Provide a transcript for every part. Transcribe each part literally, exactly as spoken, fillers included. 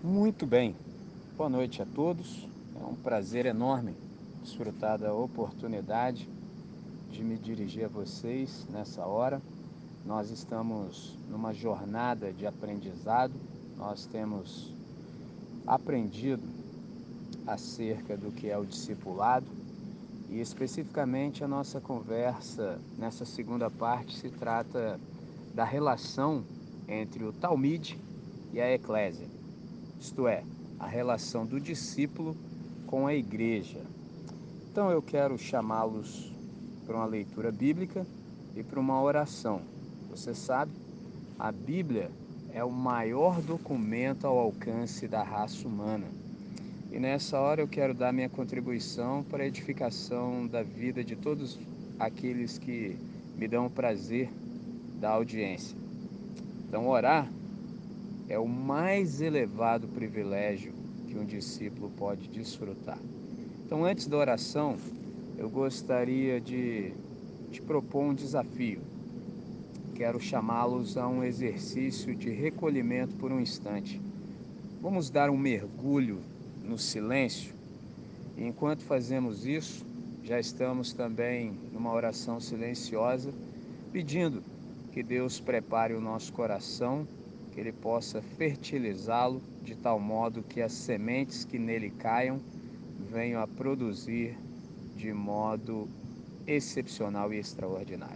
Muito bem, boa noite a todos. É um prazer enorme desfrutar da oportunidade de me dirigir a vocês nessa hora. Nós estamos numa jornada de aprendizado, nós temos aprendido acerca do que é o discipulado e, especificamente, a nossa conversa nessa segunda parte se trata da relação entre o Talmide e a Eclésia, isto é, a relação do discípulo com a igreja. Então eu quero chamá-los para uma leitura bíblica e para uma oração. Você sabe, a Bíblia é o maior documento ao alcance da raça humana. E nessa hora eu quero dar minha contribuição para a edificação da vida de todos aqueles que me dão o prazer da audiência. Então, orar é o mais elevado privilégio que um discípulo pode desfrutar. Então, antes da oração, eu gostaria de te propor um desafio. Quero chamá-los a um exercício de recolhimento por um instante. Vamos dar um mergulho no silêncio e, enquanto fazemos isso, já estamos também numa oração silenciosa, pedindo que Deus prepare o nosso coração, que Ele possa fertilizá-lo de tal modo que as sementes que nele caiam venham a produzir de modo excepcional e extraordinário.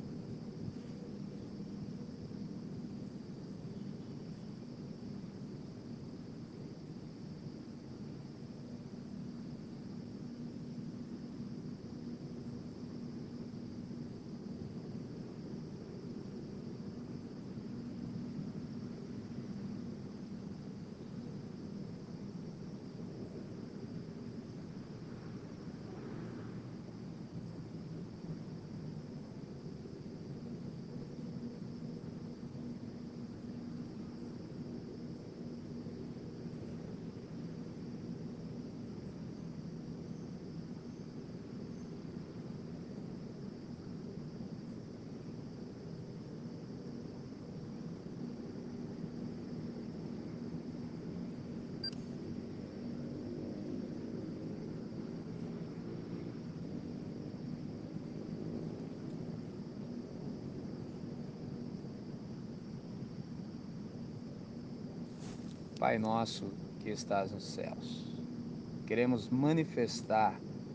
Pai nosso que estás nos céus, queremos manifestar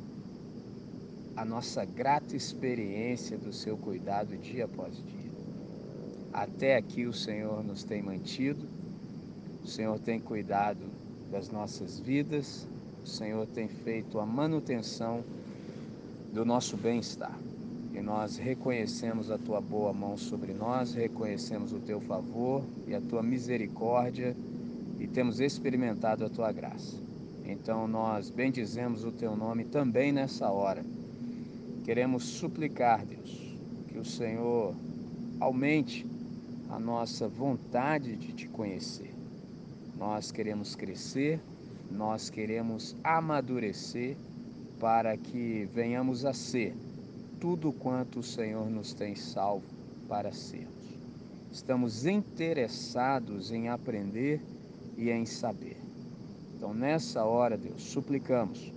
a nossa grata experiência do seu cuidado dia após dia. Até aqui o Senhor nos tem mantido, o Senhor tem cuidado das nossas vidas, o Senhor tem feito a manutenção do nosso bem-estar. E nós reconhecemos a tua boa mão sobre nós, reconhecemos o teu favor e a tua misericórdia e temos experimentado a tua graça. Então nós bendizemos o teu nome também nessa hora. Queremos suplicar, Deus, que o Senhor aumente a nossa vontade de te conhecer. Nós queremos crescer, nós queremos amadurecer para que venhamos a ser tudo quanto o Senhor nos tem salvo para sermos. Estamos interessados em aprender e em saber. Então, nessa hora, Deus, suplicamos,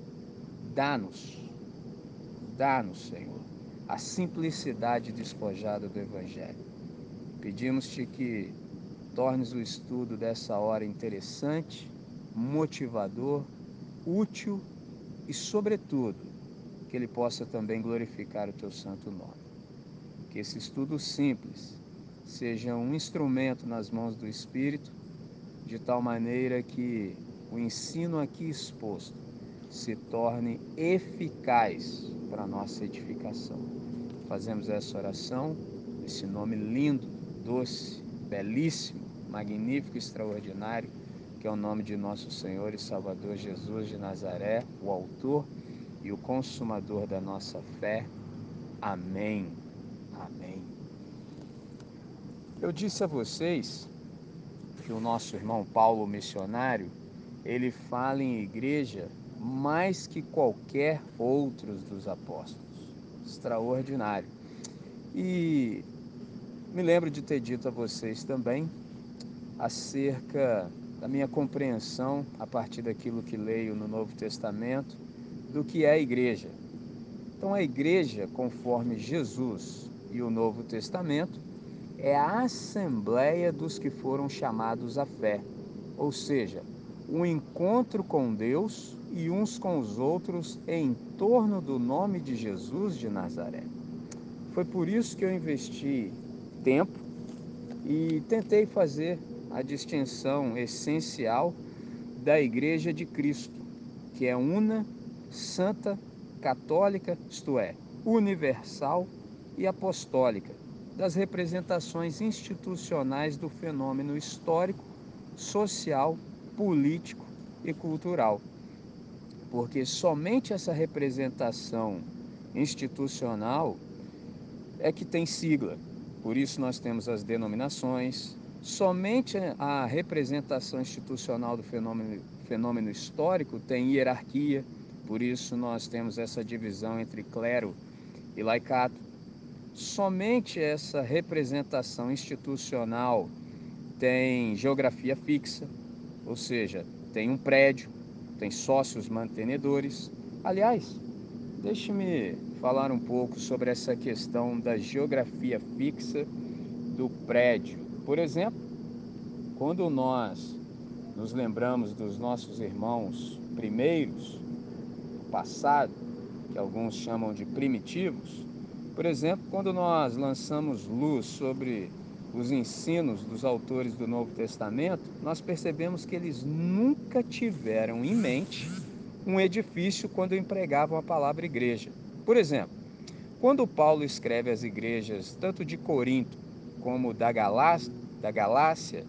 dá-nos, dá-nos, Senhor, a simplicidade despojada do Evangelho. Pedimos-te que tornes o estudo dessa hora interessante, motivador, útil e, sobretudo, que ele possa também glorificar o teu santo nome. Que esse estudo simples seja um instrumento nas mãos do Espírito, de tal maneira que o ensino aqui exposto se torne eficaz para a nossa edificação. Fazemos essa oração, esse nome lindo, doce, belíssimo, magnífico, extraordinário, que é o nome de nosso Senhor e Salvador Jesus de Nazaré, o autor e o consumador da nossa fé. Amém. Amém. Eu disse a vocês que o nosso irmão Paulo, missionário, ele fala em igreja mais que qualquer outros dos apóstolos. Extraordinário. E me lembro de ter dito a vocês também acerca da minha compreensão, a partir daquilo que leio no Novo Testamento, do que é a igreja. Então, a igreja, conforme Jesus e o Novo Testamento, é a assembleia dos que foram chamados à fé, ou seja, o encontro com Deus e uns com os outros em torno do nome de Jesus de Nazaré. Foi por isso que eu investi tempo e tentei fazer a distinção essencial da Igreja de Cristo, que é una, santa, católica, isto é, universal e apostólica, das representações institucionais do fenômeno histórico, social, político e cultural. Porque somente essa representação institucional é que tem sigla. Por isso nós temos as denominações. Somente a representação institucional do fenômeno, fenômeno histórico tem hierarquia. Por isso nós temos essa divisão entre clero e laicato. Somente essa representação institucional tem geografia fixa, ou seja, tem um prédio, tem sócios mantenedores. Aliás, deixe-me falar um pouco sobre essa questão da geografia fixa do prédio. Por exemplo, quando nós nos lembramos dos nossos irmãos primeiros, do passado, que alguns chamam de primitivos, por exemplo, quando nós lançamos luz sobre os ensinos dos autores do Novo Testamento, nós percebemos que eles nunca tiveram em mente um edifício quando empregavam a palavra igreja. Por exemplo, quando Paulo escreve às igrejas tanto de Corinto como da Galácia, da Galácia,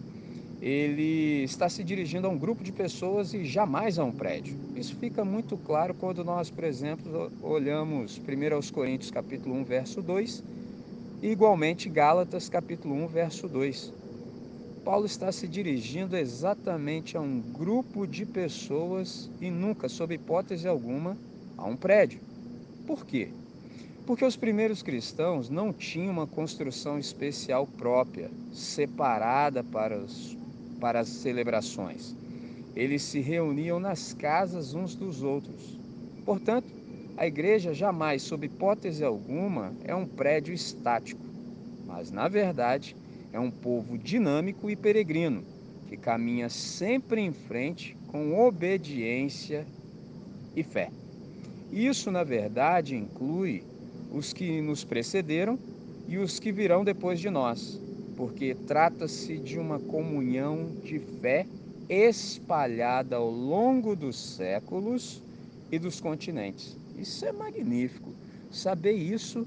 ele está se dirigindo a um grupo de pessoas e jamais a um prédio. Isso fica muito claro quando nós, por exemplo, olhamos primeiro aos Coríntios capítulo um, verso dois, e igualmente Gálatas capítulo um, verso dois. Paulo está se dirigindo exatamente a um grupo de pessoas e nunca, sob hipótese alguma, a um prédio. Por quê? Porque os primeiros cristãos não tinham uma construção especial própria, separada para, os, para as celebrações. Eles se reuniam nas casas uns dos outros. Portanto, a igreja jamais, sob hipótese alguma, é um prédio estático, mas, na verdade, é um povo dinâmico e peregrino, que caminha sempre em frente com obediência e fé. Isso, na verdade, inclui os que nos precederam e os que virão depois de nós, porque trata-se de uma comunhão de fé espalhada ao longo dos séculos e dos continentes. Isso é magnífico. Saber isso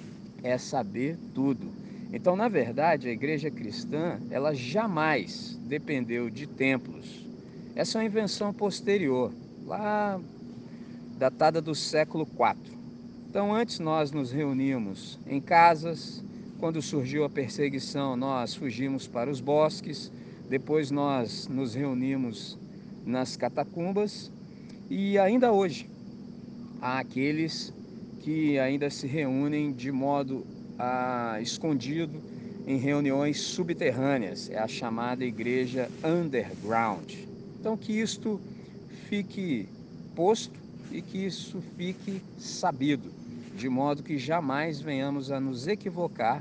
é saber tudo. Então, na verdade, a igreja cristã, ela jamais dependeu de templos. Essa é uma invenção posterior, lá datada do século quatro. Então, antes nós nos reuníamos em casas, quando surgiu a perseguição, nós fugimos para os bosques, depois nós nos reunimos nas catacumbas e ainda hoje há aqueles que ainda se reúnem de modo ah, escondido em reuniões subterrâneas, é a chamada igreja underground. Então, que isto fique posto e que isso fique sabido, de modo que jamais venhamos a nos equivocar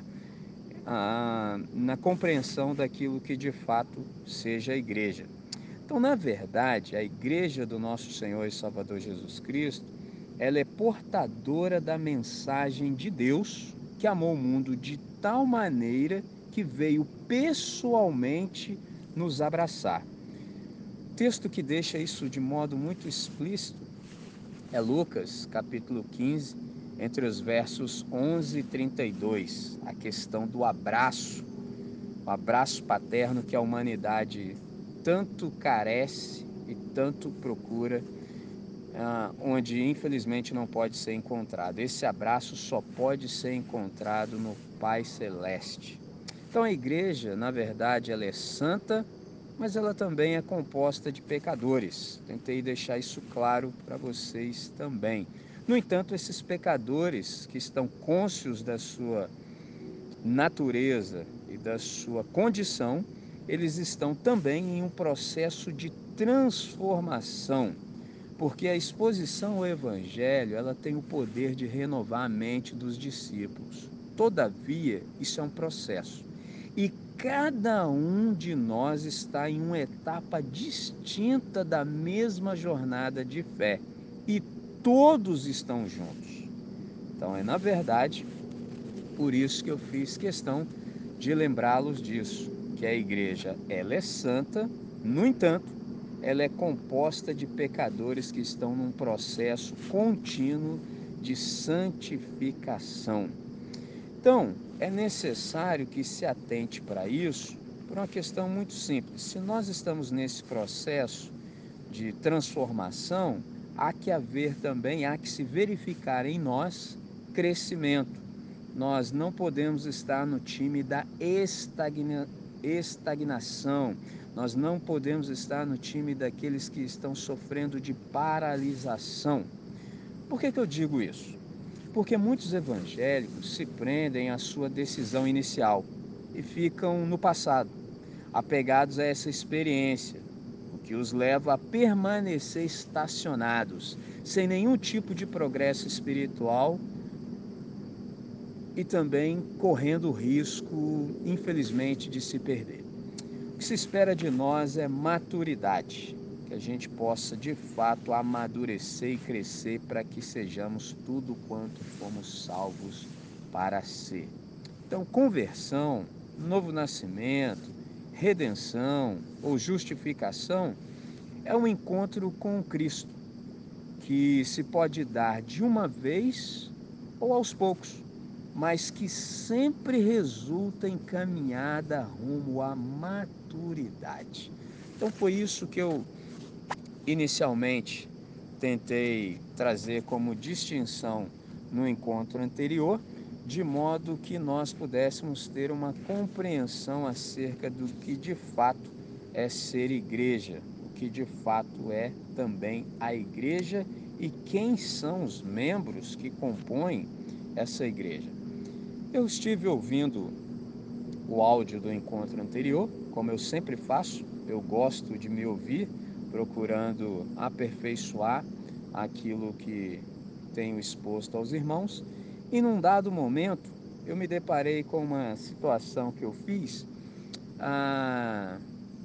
ah, na compreensão daquilo que de fato seja a igreja. Então, na verdade, a igreja do nosso Senhor e Salvador Jesus Cristo, ela é portadora da mensagem de Deus, que amou o mundo de tal maneira que veio pessoalmente nos abraçar. O texto que deixa isso de modo muito explícito é Lucas, capítulo quinze, entre os versos onze e trinta e dois, a questão do abraço, o abraço paterno que a humanidade tanto carece e tanto procura, ah, onde infelizmente não pode ser encontrado. Esse abraço só pode ser encontrado no Pai Celeste. Então a igreja, na verdade, ela é santa, mas ela também é composta de pecadores. Tentei deixar isso claro para vocês também. No entanto, esses pecadores que estão cônscios da sua natureza e da sua condição, eles estão também em um processo de transformação, porque a exposição ao Evangelho, ela tem o poder de renovar a mente dos discípulos. Todavia, isso é um processo. E cada um de nós está em uma etapa distinta da mesma jornada de fé. E todos estão juntos. Então, é na verdade por isso que eu fiz questão de lembrá-los disso, que a igreja, ela é santa, no entanto, ela é composta de pecadores que estão num processo contínuo de santificação. Então, é necessário que se atente para isso por uma questão muito simples. Se nós estamos nesse processo de transformação, há que haver também, há que se verificar em nós crescimento. Nós não podemos estar no time da estagna, estagnação, nós não podemos estar no time daqueles que estão sofrendo de paralisação. Por que que eu digo isso? Porque muitos evangélicos se prendem à sua decisão inicial e ficam no passado, apegados a essa experiência, o que os leva a permanecer estacionados, sem nenhum tipo de progresso espiritual e também correndo o risco, infelizmente, de se perder. O que se espera de nós é maturidade, que a gente possa de fato amadurecer e crescer para que sejamos tudo quanto fomos salvos para ser. Então, conversão, novo nascimento, redenção ou justificação é um encontro com Cristo, que se pode dar de uma vez ou aos poucos, mas que sempre resulta em caminhada rumo à maturidade. Então foi isso que eu inicialmente tentei trazer como distinção no encontro anterior, de modo que nós pudéssemos ter uma compreensão acerca do que de fato é ser igreja, o que de fato é também a igreja e quem são os membros que compõem essa igreja. Eu estive ouvindo o áudio do encontro anterior, como eu sempre faço, eu gosto de me ouvir, procurando aperfeiçoar aquilo que tenho exposto aos irmãos, e num dado momento eu me deparei com uma situação que eu fiz ah,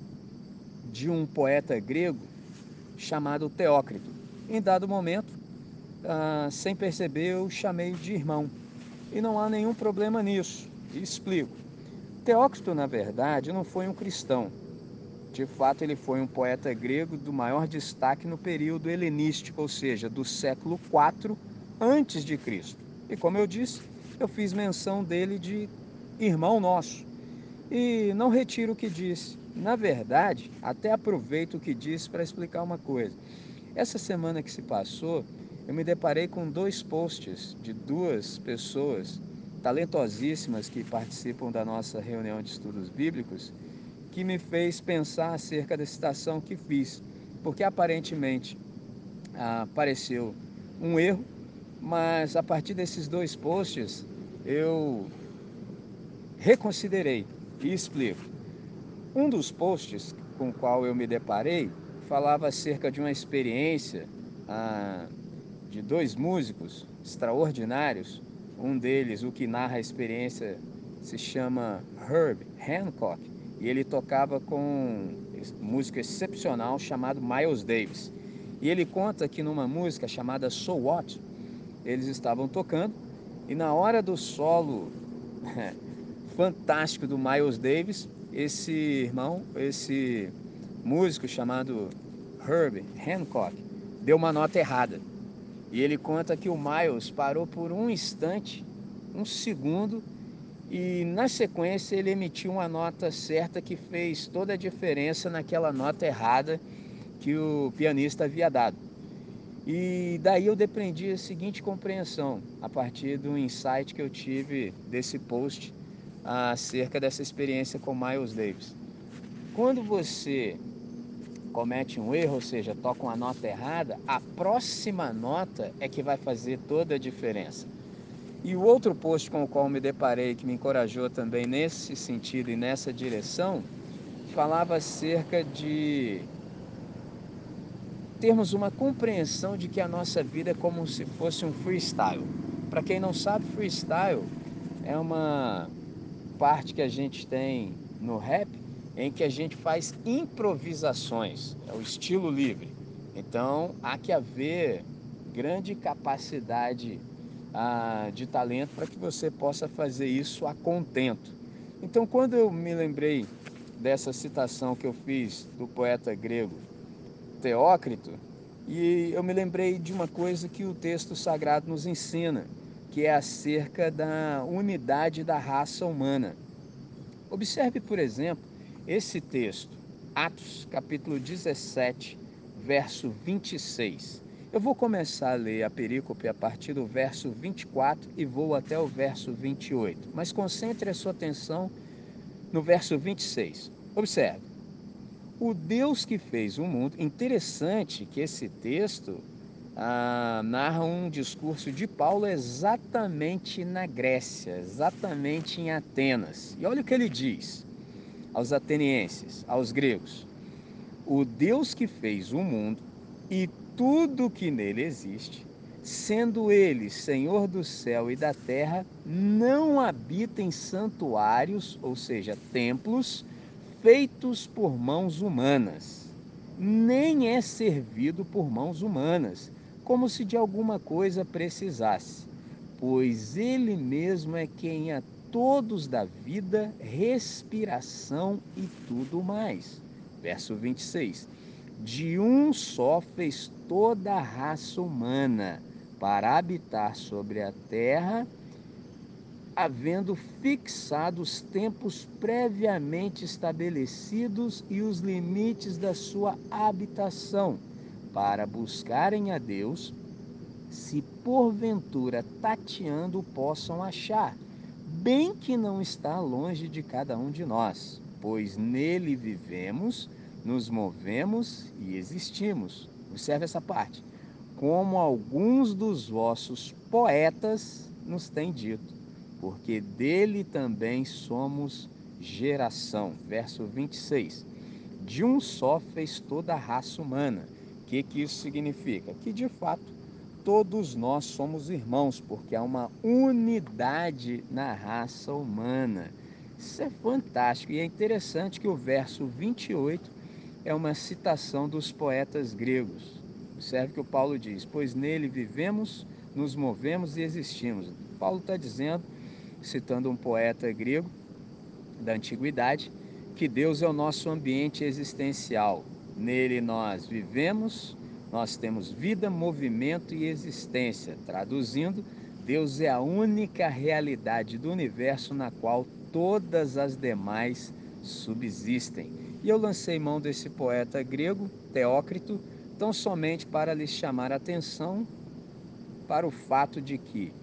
de um poeta grego chamado Teócrito. Em dado momento, ah, sem perceber, eu chamei de irmão. E não há nenhum problema nisso. E explico. Teócrito, na verdade, não foi um cristão. De fato, ele foi um poeta grego do maior destaque no período helenístico, ou seja, do século quatro antes de Cristo. E como eu disse, eu fiz menção dele de irmão nosso. E não retiro o que disse. Na verdade, até aproveito o que disse para explicar uma coisa. Essa semana que se passou, eu me deparei com dois posts de duas pessoas talentosíssimas que participam da nossa reunião de estudos bíblicos, que me fez pensar acerca da citação que fiz, porque aparentemente ah, apareceu um erro, mas a partir desses dois posts eu reconsiderei e explico. Um dos posts com o qual eu me deparei falava acerca de uma experiência ah, de dois músicos extraordinários. Um deles, o que narra a experiência, se chama Herb Hancock, e ele tocava com um músico excepcional chamado Miles Davis. E ele conta que numa música chamada So What, eles estavam tocando, e na hora do solo fantástico do Miles Davis, esse irmão, esse músico chamado Herb Hancock, deu uma nota errada. E ele conta que o Miles parou por um instante, um segundo, e na sequência ele emitiu uma nota certa que fez toda a diferença naquela nota errada que o pianista havia dado. E daí eu depreendi a seguinte compreensão, a partir do insight que eu tive desse post acerca dessa experiência com Miles Davis. Quando você comete um erro, ou seja, toca uma nota errada, a próxima nota é que vai fazer toda a diferença. E o outro post com o qual me deparei, que me encorajou também nesse sentido e nessa direção, falava acerca de termos uma compreensão de que a nossa vida é como se fosse um freestyle. Para quem não sabe, freestyle é uma parte que a gente tem no rap em que a gente faz improvisações, é o estilo livre. Então há que haver grande capacidade ah, de talento para que você possa fazer isso a contento. Então, quando eu me lembrei dessa citação que eu fiz do poeta grego Teócrito, e eu me lembrei de uma coisa que o texto sagrado nos ensina, que é acerca da unidade da raça humana. Observe, por exemplo, esse texto, Atos, capítulo dezessete, verso vinte e seis. Eu vou começar a ler a perícope a partir do verso vinte e quatro e vou até o verso vinte e oito, mas concentre a sua atenção no verso vinte e seis. Observe. O Deus que fez o mundo, interessante que esse texto ah, narra um discurso de Paulo exatamente na Grécia, exatamente em Atenas. E olha o que ele diz aos atenienses, aos gregos: o Deus que fez o mundo e tudo que nele existe, sendo ele Senhor do céu e da terra, não habita em santuários, ou seja, templos, feitos por mãos humanas, nem é servido por mãos humanas, como se de alguma coisa precisasse, pois ele mesmo é quem a todos dá vida, respiração e tudo mais. Verso vinte e seis. De um só fez toda a raça humana para habitar sobre a terra, havendo fixado os tempos previamente estabelecidos e os limites da sua habitação, para buscarem a Deus, se porventura tateando possam achar, bem que não está longe de cada um de nós, pois nele vivemos, nos movemos e existimos. Observe essa parte. Como alguns dos vossos poetas nos têm dito, porque dele também somos geração. Verso vinte e seis. De um só fez toda a raça humana. O que, que isso significa? Que de fato todos nós somos irmãos, porque há uma unidade na raça humana. Isso é fantástico e é interessante que o verso vinte e oito é uma citação dos poetas gregos. Observe que o Paulo diz: pois nele vivemos, nos movemos e existimos. Paulo está dizendo, citando um poeta grego da antiguidade, que Deus é o nosso ambiente existencial. Nele nós vivemos, nós temos vida, movimento e existência. Traduzindo, Deus é a única realidade do universo na qual todas as demais subsistem. E eu lancei mão desse poeta grego, Teócrito, tão somente para lhes chamar a atenção para o fato de que,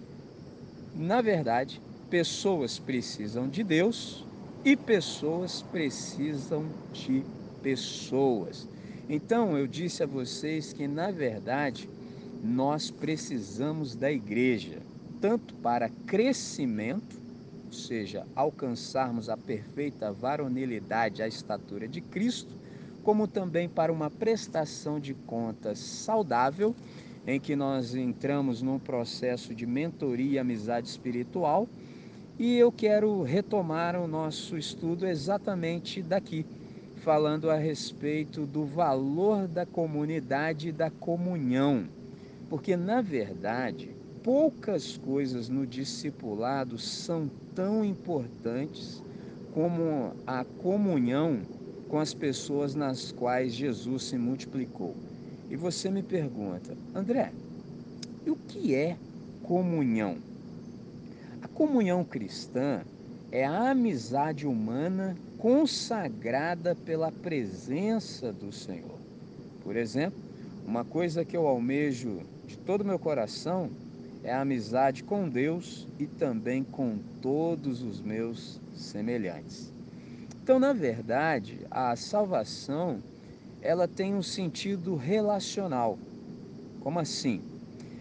na verdade, pessoas precisam de Deus e pessoas precisam de pessoas. Então, eu disse a vocês que, na verdade, nós precisamos da igreja, tanto para crescimento, ou seja, alcançarmos a perfeita varonilidade, a estatura de Cristo, como também para uma prestação de contas saudável, em que nós entramos num processo de mentoria e amizade espiritual. E eu quero retomar o nosso estudo exatamente daqui, falando a respeito do valor da comunidade e da comunhão. Porque, na verdade, poucas coisas no discipulado são tão importantes como a comunhão com as pessoas nas quais Jesus se multiplicou. E você me pergunta: André, e o que é comunhão? A comunhão cristã é a amizade humana consagrada pela presença do Senhor. Por exemplo, uma coisa que eu almejo de todo o meu coração é a amizade com Deus e também com todos os meus semelhantes. Então, na verdade, a salvação, ela tem um sentido relacional. Como assim?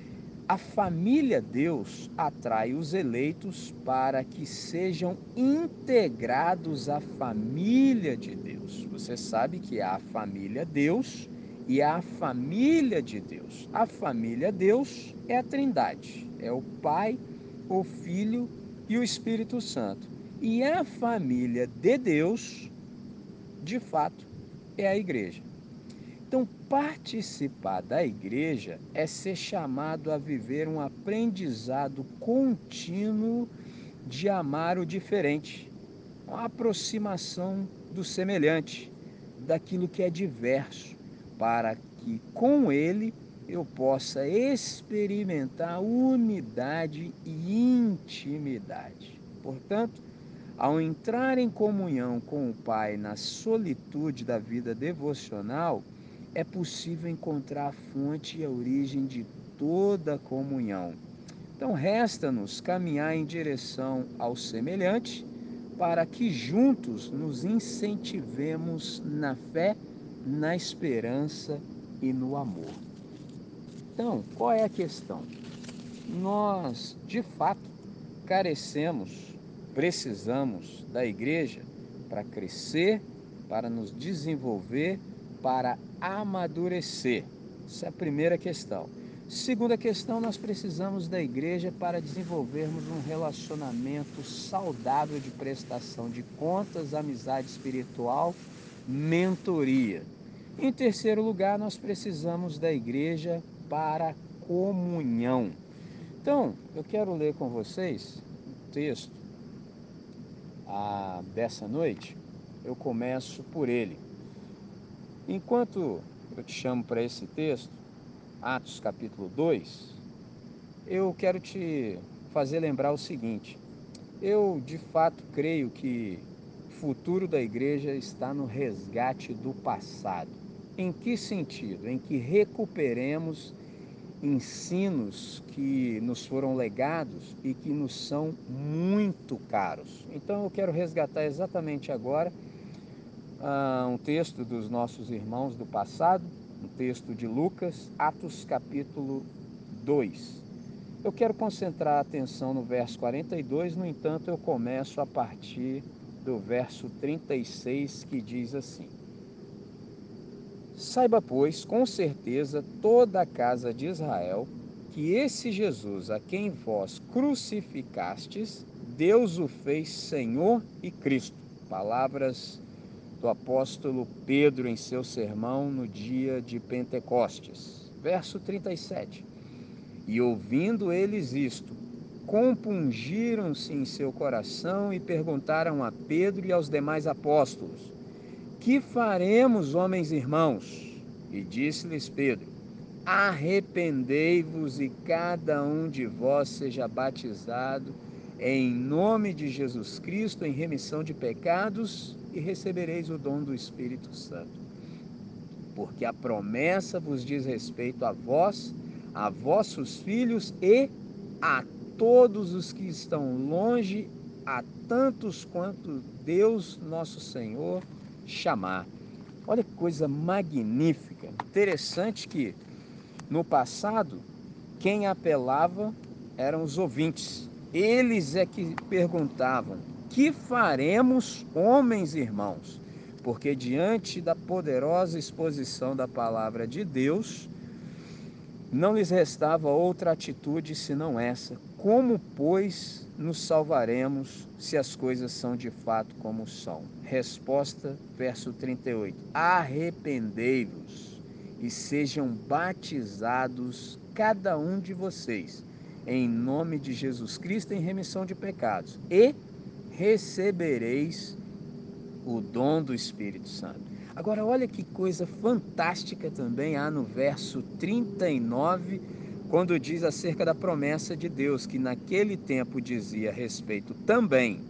A família Deus atrai os eleitos para que sejam integrados à família de Deus. Você sabe que há a família Deus e há a família de Deus. A família Deus é a Trindade, é o Pai, o Filho e o Espírito Santo. E a família de Deus, de fato, é a igreja. Então, participar da igreja é ser chamado a viver um aprendizado contínuo de amar o diferente, uma aproximação do semelhante, daquilo que é diverso, para que com ele eu possa experimentar unidade e intimidade. Portanto, ao entrar em comunhão com o Pai na solitude da vida devocional, é possível encontrar a fonte e a origem de toda a comunhão. Então, resta-nos caminhar em direção ao semelhante para que juntos nos incentivemos na fé, na esperança e no amor. Então, qual é a questão? Nós, de fato, carecemos, precisamos da igreja para crescer, para nos desenvolver, para amadurecer. Essa é a primeira questão. Segunda questão, nós precisamos da igreja para desenvolvermos um relacionamento saudável de prestação de contas, amizade espiritual, mentoria. Em terceiro lugar, nós precisamos da igreja para comunhão. Então, eu quero ler com vocês um texto ah, dessa noite. Eu começo por ele. Enquanto eu te chamo para esse texto, Atos capítulo dois, eu quero te fazer lembrar o seguinte. Eu, de fato, creio que o futuro da igreja está no resgate do passado. Em que sentido? Em que recuperemos ensinos que nos foram legados e que nos são muito caros. Então eu quero resgatar exatamente agora uh, um texto dos nossos irmãos do passado, um texto de Lucas, Atos capítulo dois. Eu quero concentrar a atenção no verso quarenta e dois, no entanto eu começo a partir do verso trinta e seis, que diz assim: Saiba, pois, com certeza toda a casa de Israel, que esse Jesus a quem vós crucificastes, Deus o fez Senhor e Cristo. Palavras do apóstolo Pedro em seu sermão no dia de Pentecostes. Verso trinta e sete. E ouvindo eles isto, compungiram-se em seu coração e perguntaram a Pedro e aos demais apóstolos: Que faremos, homens irmãos? E disse-lhes Pedro: Arrependei-vos e cada um de vós seja batizado em nome de Jesus Cristo em remissão de pecados e recebereis o dom do Espírito Santo. Porque a promessa vos diz respeito a vós, a vossos filhos e a todos os que estão longe, a tantos quanto Deus nosso Senhor chamar. Olha que coisa magnífica. Interessante que no passado quem apelava eram os ouvintes. Eles é que perguntavam: que faremos, homens e irmãos? Porque diante da poderosa exposição da palavra de Deus, não lhes restava outra atitude senão essa: como, pois, nos salvaremos se as coisas são de fato como são? Resposta, verso trinta e oito: Arrependei-vos e sejam batizados cada um de vocês em nome de Jesus Cristo em remissão de pecados, e recebereis o dom do Espírito Santo. Agora, olha que coisa fantástica também há no verso trinta e nove, quando diz acerca da promessa de Deus, que naquele tempo dizia respeito também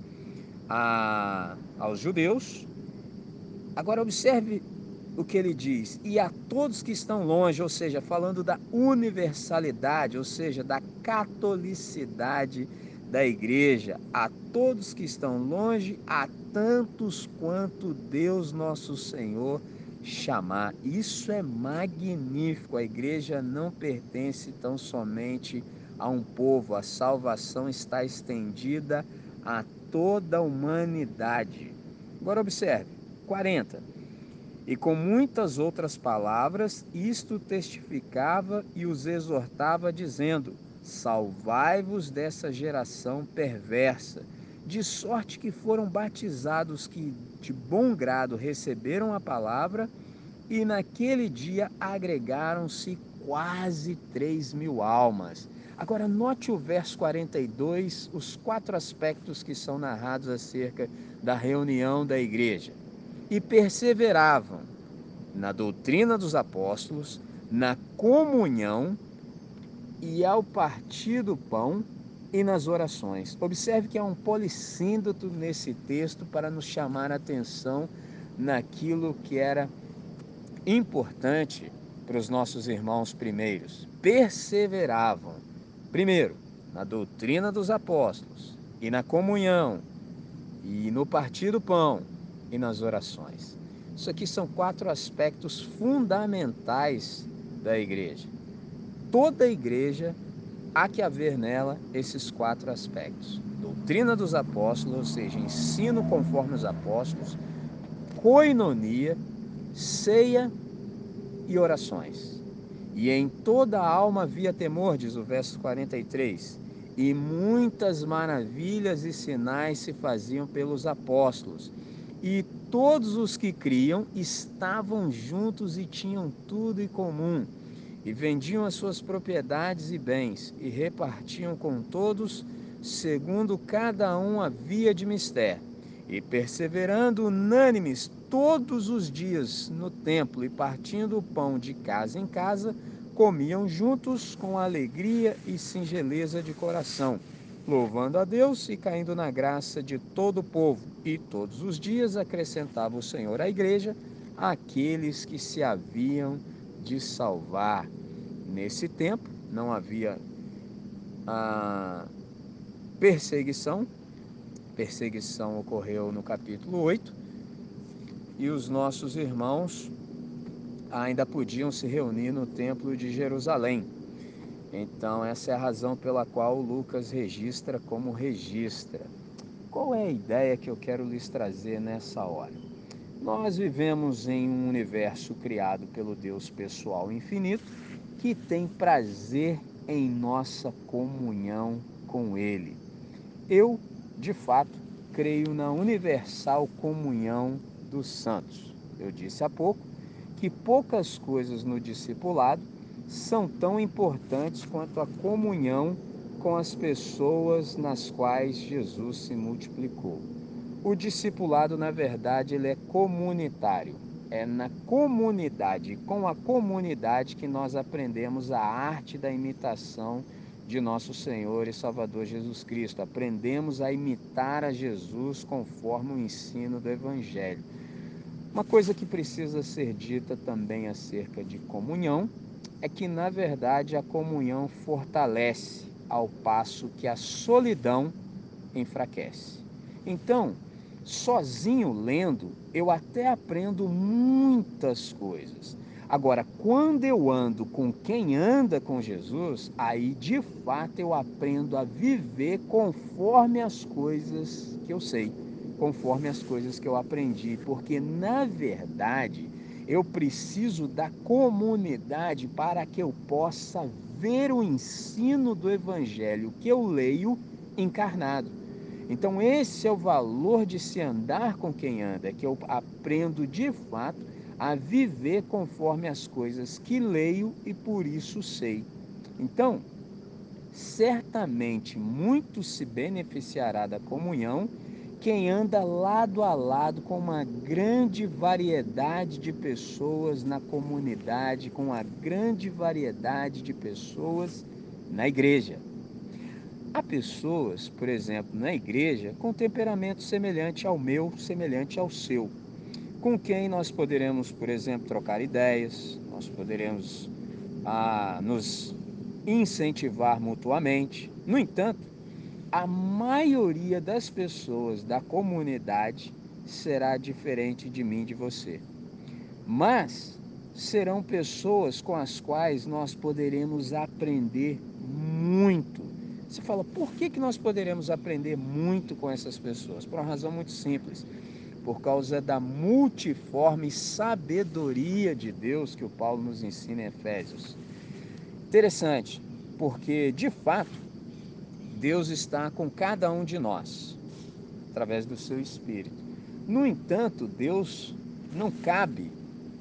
a, aos judeus. Agora, observe o que ele diz: e a todos que estão longe, ou seja, falando da universalidade, ou seja, da catolicidade da igreja, a todos que estão longe, a tantos quanto Deus nosso Senhor chamar. Isso é magnífico. A igreja não pertence tão somente a um povo, a salvação está estendida a toda a humanidade. Agora observe, quarenta. E com muitas outras palavras, isto testificava e os exortava, dizendo: salvai-vos dessa geração perversa. De sorte que foram batizados que de bom grado receberam a palavra, e naquele dia agregaram-se quase três mil almas. Agora note o verso quarenta e dois, os quatro aspectos que são narrados acerca da reunião da igreja. E perseveravam na doutrina dos apóstolos, na comunhão e ao partir do pão e nas orações. Observe que há um polissíndroto nesse texto para nos chamar a atenção naquilo que era importante para os nossos irmãos primeiros. Perseveravam, primeiro, na doutrina dos apóstolos e na comunhão e no partir do pão e nas orações. Isso aqui são quatro aspectos fundamentais da igreja. Toda igreja há que haver nela esses quatro aspectos: doutrina dos apóstolos, ou seja, ensino conforme os apóstolos, coinonia, ceia e orações. E em toda a alma havia temor, diz o verso quarenta e três, e muitas maravilhas e sinais se faziam pelos apóstolos. E todos os que criam estavam juntos e tinham tudo em comum, e vendiam as suas propriedades e bens, e repartiam com todos, segundo cada um havia de mister. E perseverando unânimes todos os dias no templo, e partindo o pão de casa em casa, comiam juntos com alegria e singeleza de coração, louvando a Deus e caindo na graça de todo o povo. E todos os dias acrescentava o Senhor à igreja aqueles que se haviam de salvar. Nesse tempo não havia a perseguição. Perseguição ocorreu no capítulo oito, e os nossos irmãos ainda podiam se reunir no templo de Jerusalém. Então essa é a razão pela qual Lucas registra como registra. Qual é a ideia que eu quero lhes trazer nessa hora? Nós vivemos em um universo criado pelo Deus pessoal infinito, que tem prazer em nossa comunhão com Ele. Eu, de fato, creio na universal comunhão dos santos. Eu disse há pouco que poucas coisas no discipulado são tão importantes quanto a comunhão com as pessoas nas quais Jesus se multiplicou. O discipulado, na verdade, ele é comunitário. É na comunidade, com a comunidade, que nós aprendemos a arte da imitação de nosso Senhor e Salvador Jesus Cristo. Aprendemos a imitar a Jesus conforme o ensino do Evangelho. Uma coisa que precisa ser dita também acerca de comunhão é que, na verdade, a comunhão fortalece, ao passo que a solidão enfraquece. Então, sozinho lendo, eu até aprendo muitas coisas. Agora, quando eu ando com quem anda com Jesus, aí de fato eu aprendo a viver conforme as coisas que eu sei, conforme as coisas que eu aprendi, porque na verdade eu preciso da comunidade para que eu possa ver o ensino do Evangelho que eu leio encarnado. Então esse é o valor de se andar com quem anda, é que eu aprendo de fato a viver conforme as coisas que leio e por isso sei. Então, certamente muito se beneficiará da comunhão quem anda lado a lado com uma grande variedade de pessoas na comunidade, com uma grande variedade de pessoas na igreja. Há pessoas, por exemplo, na igreja, com temperamento semelhante ao meu, semelhante ao seu, com quem nós poderemos, por exemplo, trocar ideias, nós poderemos ah, nos incentivar mutuamente. No entanto, a maioria das pessoas da comunidade será diferente de mim e de você. mas serão pessoas com as quais nós poderemos aprender muito. Você fala, por que, que nós poderemos aprender muito com essas pessoas? Por uma razão muito simples, por causa da multiforme sabedoria de Deus que o Paulo nos ensina em Efésios. Interessante, porque de fato Deus está com cada um de nós, através do seu Espírito. No entanto, Deus não cabe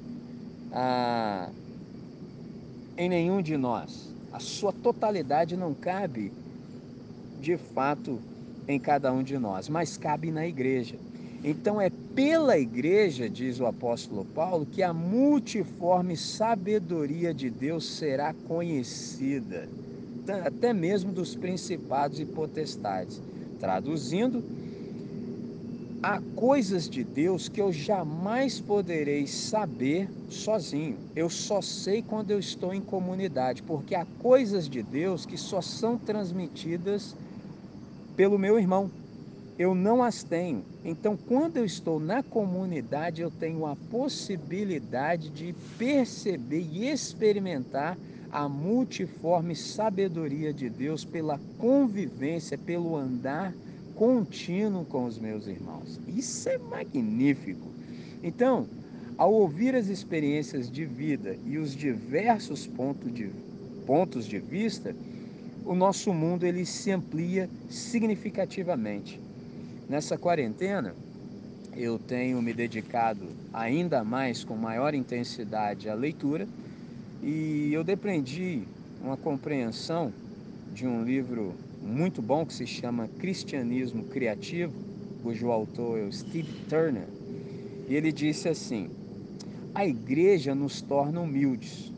a, em nenhum de nós. A sua totalidade não cabe, de fato, em cada um de nós, mas cabe na igreja. Então é pela igreja, diz o apóstolo Paulo, que a multiforme sabedoria de Deus será conhecida, até mesmo dos principados e potestades. Traduzindo, há coisas de Deus que eu jamais poderei saber sozinho. Eu só sei quando eu estou em comunidade, porque há coisas de Deus que só são transmitidas pelo meu irmão. Eu não as tenho. Então, quando eu estou na comunidade, eu tenho a possibilidade de perceber e experimentar a multiforme sabedoria de Deus pela convivência, pelo andar contínuo com os meus irmãos. Isso é magnífico. Então, ao ouvir as experiências de vida e os diversos pontos de, pontos de vista, o nosso mundo ele se amplia significativamente. Nessa quarentena, eu tenho me dedicado ainda mais com maior intensidade à leitura e eu deprendi uma compreensão de um livro muito bom que se chama Cristianismo Criativo, cujo autor é o Steve Turner, e ele disse assim: a igreja nos torna humildes.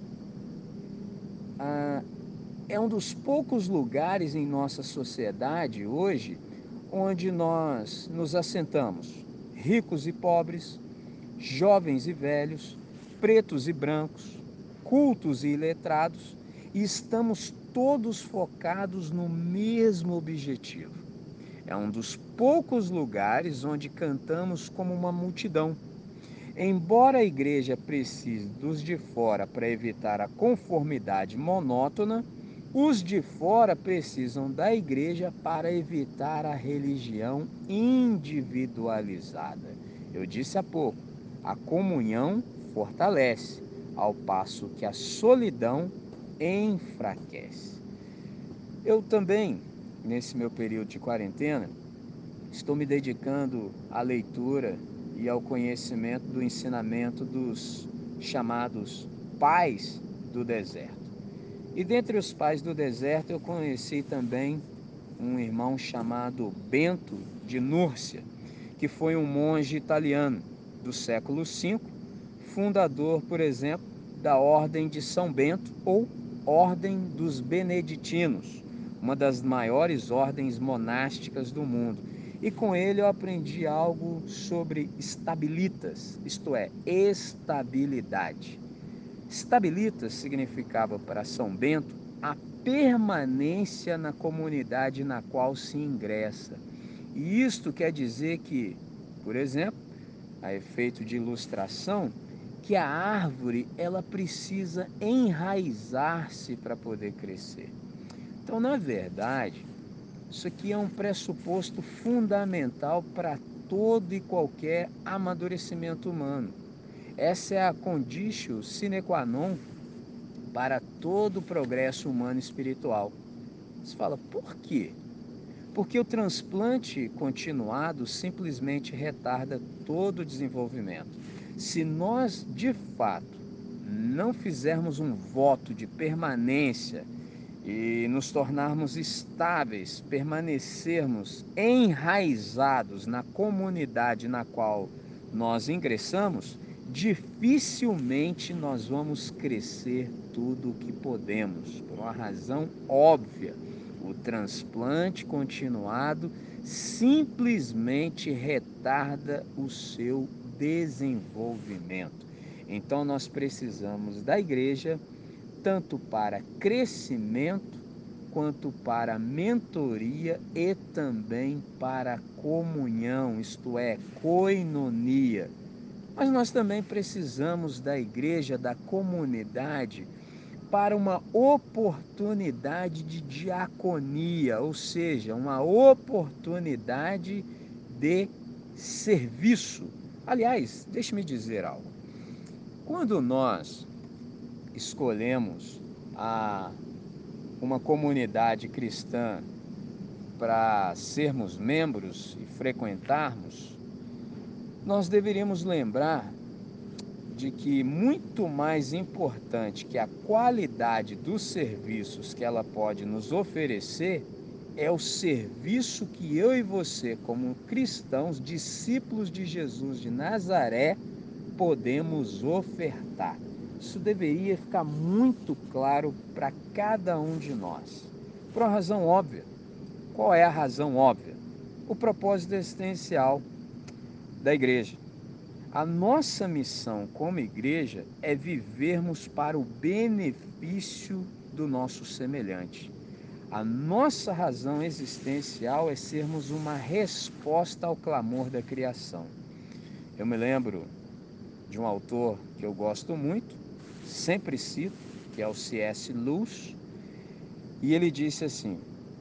Ah, é um dos poucos lugares em nossa sociedade hoje onde nós nos assentamos, ricos e pobres, jovens e velhos, pretos e brancos, cultos e iletrados, e estamos todos focados no mesmo objetivo. É um dos poucos lugares onde cantamos como uma multidão. Embora a igreja precise dos de fora para evitar a conformidade monótona, os de fora precisam da igreja para evitar a religião individualizada. Eu disse há pouco, a comunhão fortalece, ao passo que a solidão enfraquece. Eu também, nesse meu período de quarentena, estou me dedicando à leitura e ao conhecimento do ensinamento dos chamados pais do deserto. E dentre os pais do deserto eu conheci também um irmão chamado Bento de Núrcia, que foi um monge italiano do século cinco, fundador, por exemplo, da Ordem de São Bento ou Ordem dos Beneditinos, uma das maiores ordens monásticas do mundo. E com ele eu aprendi algo sobre estabilitas, isto é, estabilidade. Estabilitas significava para São Bento a permanência na comunidade na qual se ingressa. E isto quer dizer que, por exemplo, a efeito de ilustração, que a árvore ela precisa enraizar-se para poder crescer. Então, na verdade, isso aqui é um pressuposto fundamental para todo e qualquer amadurecimento humano. Essa é a conditio sine qua non para todo o progresso humano espiritual. Você fala, por quê? Porque o transplante continuado simplesmente retarda todo o desenvolvimento. Se nós, de fato, não fizermos um voto de permanência e nos tornarmos estáveis, permanecermos enraizados na comunidade na qual nós ingressamos, dificilmente nós vamos crescer tudo o que podemos, por uma razão óbvia. O transplante continuado simplesmente retarda o seu desenvolvimento. Então nós precisamos da igreja tanto para crescimento quanto para mentoria e também para comunhão, isto é, koinonia. Mas nós também precisamos da igreja, da comunidade, para uma oportunidade de diaconia, ou seja, uma oportunidade de serviço. Aliás, deixe-me dizer algo. Quando nós escolhemos a uma comunidade cristã para sermos membros e frequentarmos, nós deveríamos lembrar de que muito mais importante que a qualidade dos serviços que ela pode nos oferecer é o serviço que eu e você, como cristãos, discípulos de Jesus de Nazaré, podemos ofertar. Isso deveria ficar muito claro para cada um de nós. Por uma razão óbvia. Qual é a razão óbvia? O propósito existencial da igreja. A nossa missão como igreja é vivermos para o benefício do nosso semelhante. A nossa razão existencial é sermos uma resposta ao clamor da criação. Eu me lembro de um autor que eu gosto muito, sempre cito, que é o C S Lewis, e ele disse assim: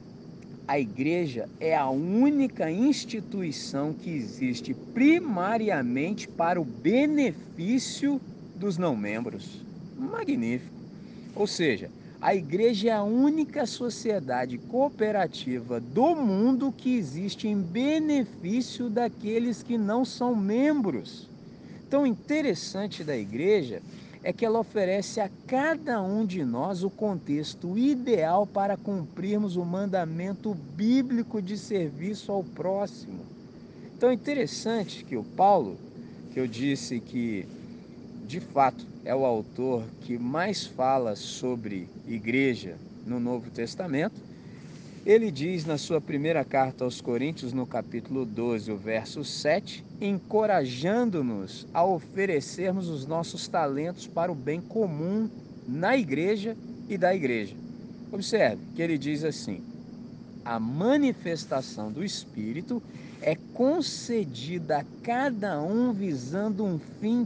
a igreja é a única instituição que existe primariamente para o benefício dos não-membros. Magnífico! Ou seja, a igreja é a única sociedade cooperativa do mundo que existe em benefício daqueles que não são membros. Tão interessante da igreja é que ela oferece a cada um de nós o contexto ideal para cumprirmos o mandamento bíblico de serviço ao próximo. Então é interessante que o Paulo, que eu disse que de fato é o autor que mais fala sobre igreja no Novo Testamento, ele diz na sua primeira carta aos Coríntios, no capítulo doze, o verso sete, encorajando-nos a oferecermos os nossos talentos para o bem comum na igreja e da igreja. Observe que ele diz assim: a manifestação do Espírito é concedida a cada um visando um fim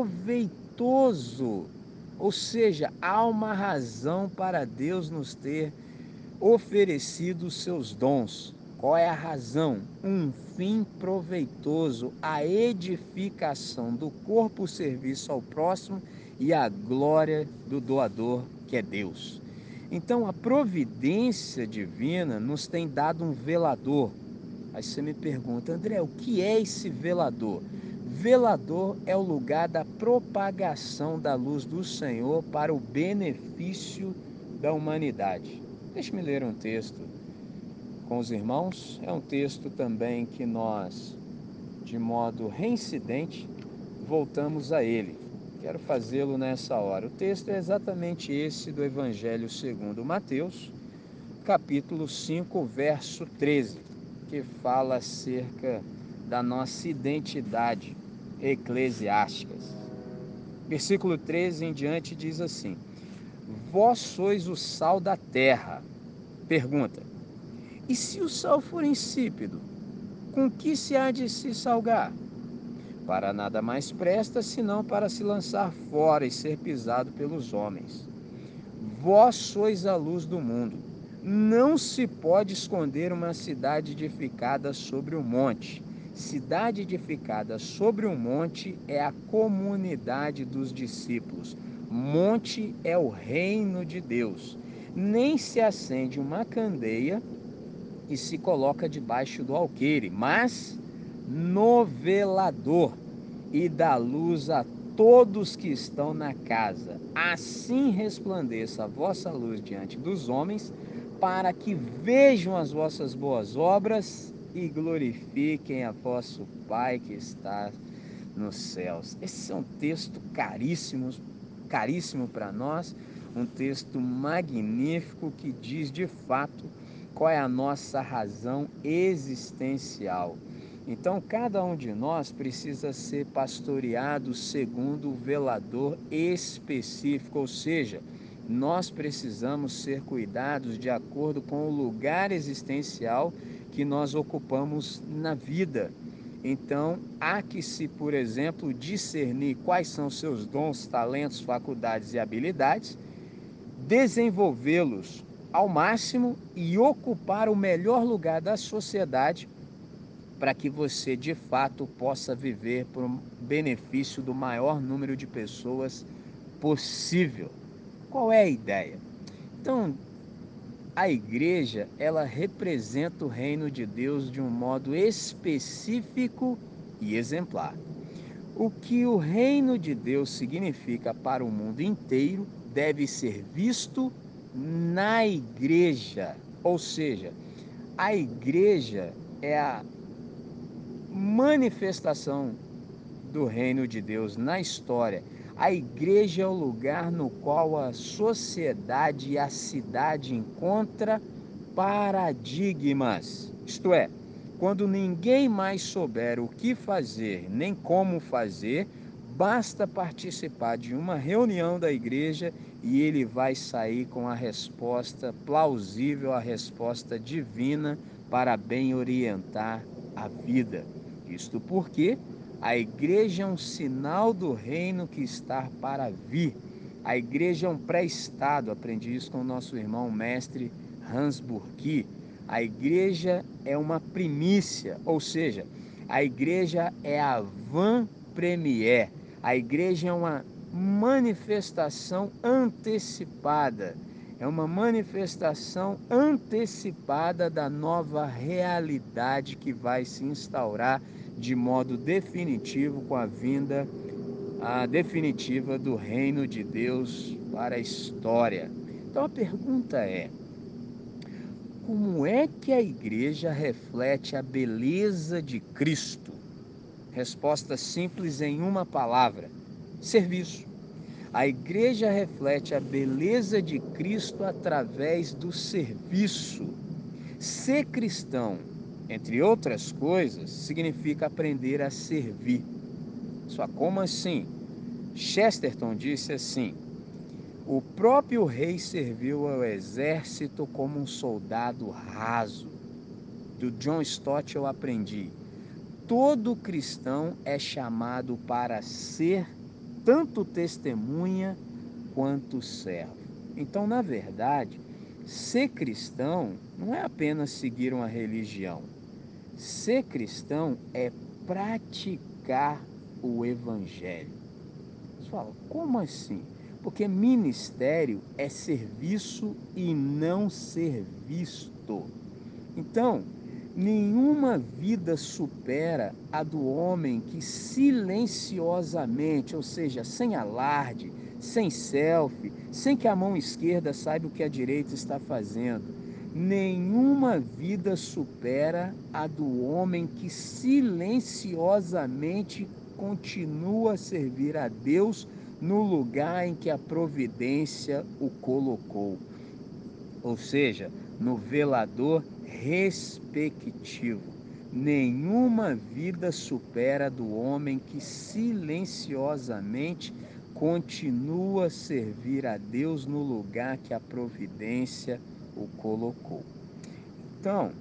proveitoso. Ou seja, há uma razão para Deus nos ter oferecido os seus dons. Qual é a razão? Um fim proveitoso, a edificação do corpo, o serviço ao próximo e a glória do doador, que é Deus. Então, a providência divina nos tem dado um velador. Aí você me pergunta: André, o que é esse velador? Velador é o lugar da propagação da luz do Senhor para o benefício da humanidade. Deixe-me ler um texto com os irmãos. É um texto também que nós, de modo reincidente, voltamos a ele. Quero fazê-lo nessa hora. O texto é exatamente esse do Evangelho segundo Mateus, capítulo cinco, verso treze, que fala acerca da nossa identidade eclesiástica. Versículo treze em diante diz assim: vós sois o sal da terra. Pergunta: e se o sal for insípido, com que se há de se salgar? Para nada mais presta, senão para se lançar fora e ser pisado pelos homens. Vós sois a luz do mundo. Não se pode esconder uma cidade edificada sobre um monte. Cidade edificada sobre um monte é a comunidade dos discípulos. Monte é o reino de Deus. Nem se acende uma candeia e se coloca debaixo do alqueire, mas no velador, e dá luz a todos que estão na casa. Assim resplandeça a vossa luz diante dos homens, para que vejam as vossas boas obras e glorifiquem a vosso Pai que está nos céus. Esse é um texto caríssimo, caríssimo para nós, um texto magnífico que diz de fato qual é a nossa razão existencial. Então, cada um de nós precisa ser pastoreado segundo o velador específico, ou seja, nós precisamos ser cuidados de acordo com o lugar existencial que nós ocupamos na vida. Então, há que se, por exemplo, discernir quais são seus dons, talentos, faculdades e habilidades, desenvolvê-los ao máximo e ocupar o melhor lugar da sociedade para que você, de fato, possa viver por um benefício do maior número de pessoas possível. Qual é a ideia? Então, a igreja, ela representa o reino de Deus de um modo específico e exemplar. O que o reino de Deus significa para o mundo inteiro deve ser visto na igreja. Ou seja, a igreja é a manifestação do reino de Deus na história. A igreja é o lugar no qual a sociedade e a cidade encontra paradigmas. Isto é, quando ninguém mais souber o que fazer nem como fazer, basta participar de uma reunião da igreja e ele vai sair com a resposta plausível, a resposta divina para bem orientar a vida. Isto porque a igreja é um sinal do reino que está para vir. A igreja é um pré-estado, aprendi isso com o nosso irmão mestre Hans Burki. A igreja é uma primícia, ou seja, a igreja é a van premier. A igreja é uma manifestação antecipada. É uma manifestação antecipada da nova realidade que vai se instaurar de modo definitivo com a vinda a definitiva do reino de Deus para a história. Então a pergunta é: como é que a igreja reflete a beleza de Cristo? Resposta simples em uma palavra: serviço. A igreja reflete a beleza de Cristo através do serviço. Ser cristão, entre outras coisas, significa aprender a servir. Só como assim? Chesterton disse assim: o próprio rei serviu ao exército como um soldado raso. Do John Stott eu aprendi: todo cristão é chamado para ser tanto testemunha quanto servo. Então, na verdade, ser cristão não é apenas seguir uma religião. Ser cristão é praticar o evangelho. Você fala, como assim? Porque ministério é serviço e não ser visto. Então, nenhuma vida supera a do homem que silenciosamente, ou seja, sem alarde, sem selfie, sem que a mão esquerda saiba o que a direita está fazendo. Nenhuma vida supera a do homem que silenciosamente continua a servir a Deus no lugar em que a providência o colocou. Ou seja, no velador respectivo. Nenhuma vida supera a do homem que silenciosamente continua a servir a Deus no lugar que a providência o colocou. Então,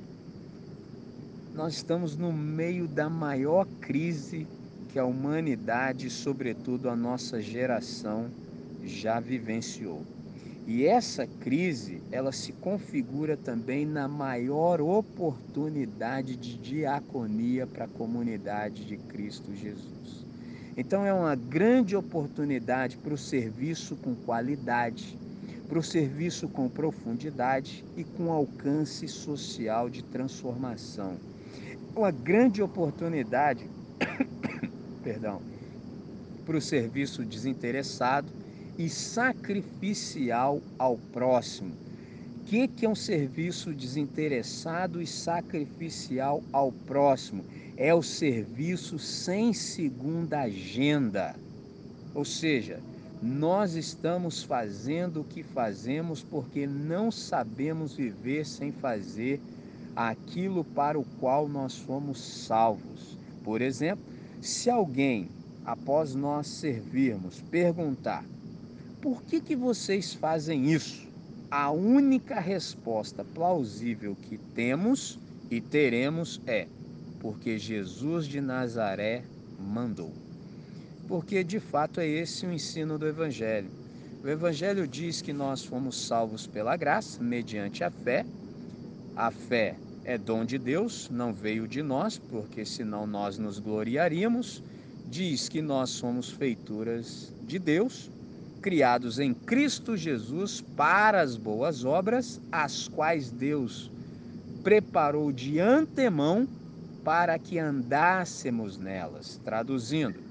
nós estamos no meio da maior crise que a humanidade, sobretudo a nossa geração, já vivenciou. E essa crise, ela se configura também na maior oportunidade de diaconia para a comunidade de Cristo Jesus. Então é uma grande oportunidade para o serviço com qualidade, para o serviço com profundidade e com alcance social de transformação. Uma grande oportunidade, perdão, para o serviço desinteressado e sacrificial ao próximo. O que, que é um serviço desinteressado e sacrificial ao próximo? É o serviço sem segunda agenda. Ou seja, nós estamos fazendo o que fazemos porque não sabemos viver sem fazer aquilo para o qual nós fomos salvos. Por exemplo, se alguém, após nós servirmos, perguntar: por que que vocês fazem isso? A única resposta plausível que temos e teremos é: porque Jesus de Nazaré mandou. Porque de fato é esse o ensino do Evangelho. O Evangelho diz que nós fomos salvos pela graça, mediante a fé. A fé é dom de Deus, não veio de nós, porque senão nós nos gloriaríamos. Diz que nós somos feituras de Deus, criados em Cristo Jesus para as boas obras, as quais Deus preparou de antemão para que andássemos nelas. Traduzindo,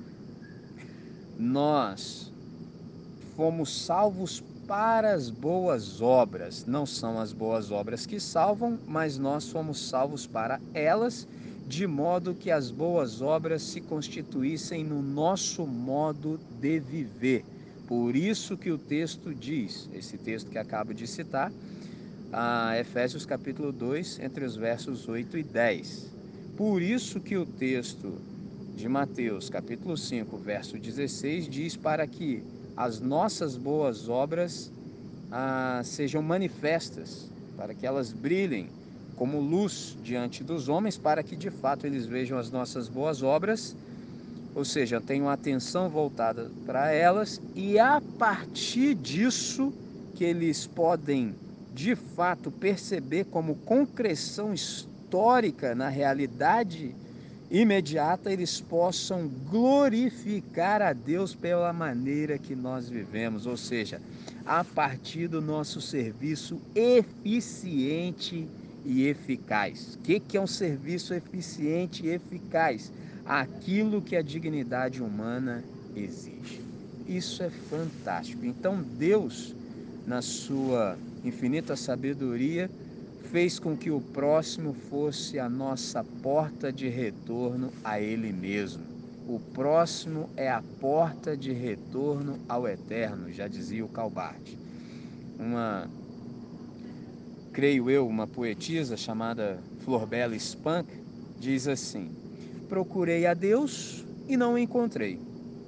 nós fomos salvos para as boas obras. Não são as boas obras que salvam, mas nós fomos salvos para elas, de modo que as boas obras se constituíssem no nosso modo de viver. Por isso que o texto diz, esse texto que acabo de citar, a Efésios capítulo dois, entre os versos oito e dez. Por isso que o texto de Mateus capítulo cinco, verso dezesseis, diz para que as nossas boas obras ah, sejam manifestas, para que elas brilhem como luz diante dos homens, para que de fato eles vejam as nossas boas obras, ou seja, tenham a atenção voltada para elas, e a partir disso que eles podem de fato perceber como concreção histórica na realidade imediata, eles possam glorificar a Deus pela maneira que nós vivemos, ou seja, a partir do nosso serviço eficiente e eficaz. O que é um serviço eficiente e eficaz? Aquilo que a dignidade humana exige. Isso é fantástico. Então Deus, na sua infinita sabedoria, fez com que o próximo fosse a nossa porta de retorno a Ele mesmo. O próximo é a porta de retorno ao eterno, já dizia o Calbart. Uma, creio eu, uma poetisa chamada Florbela Spank diz assim: procurei a Deus e não o encontrei.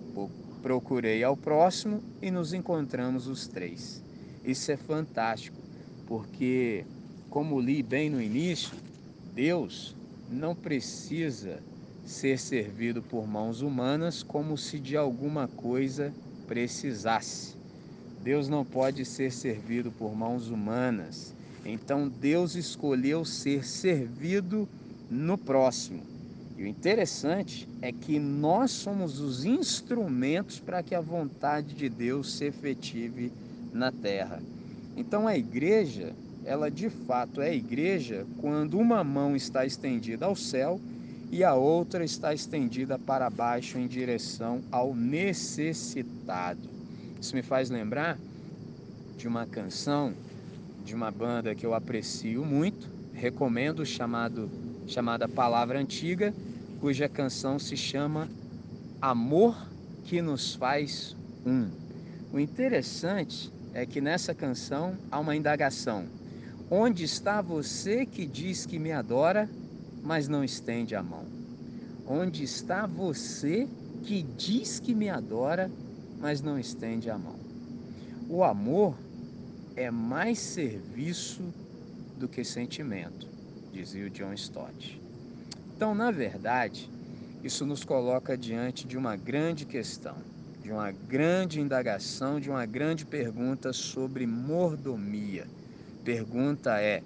Procurei ao próximo e nos encontramos os três. Isso é fantástico, porque, como li bem no início, Deus não precisa ser servido por mãos humanas como se de alguma coisa precisasse. Deus não pode ser servido por mãos humanas. Então Deus escolheu ser servido no próximo. E o interessante é que nós somos os instrumentos para que a vontade de Deus se efetive na terra. Então a igreja, ela de fato é igreja quando uma mão está estendida ao céu e a outra está estendida para baixo em direção ao necessitado. Isso me faz lembrar de uma canção de uma banda que eu aprecio muito, recomendo, chamado, chamada Palavra Antiga, cuja canção se chama Amor que nos faz um. O interessante é que nessa canção há uma indagação. Onde está você que diz que me adora, mas não estende a mão? Onde está você que diz que me adora, mas não estende a mão? O amor é mais serviço do que sentimento, dizia o John Stott. Então, na verdade, isso nos coloca diante de uma grande questão, de uma grande indagação, de uma grande pergunta sobre mordomia. Pergunta é: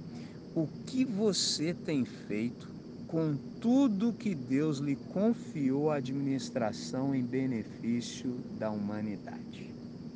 o que você tem feito com tudo que Deus lhe confiou à administração em benefício da humanidade?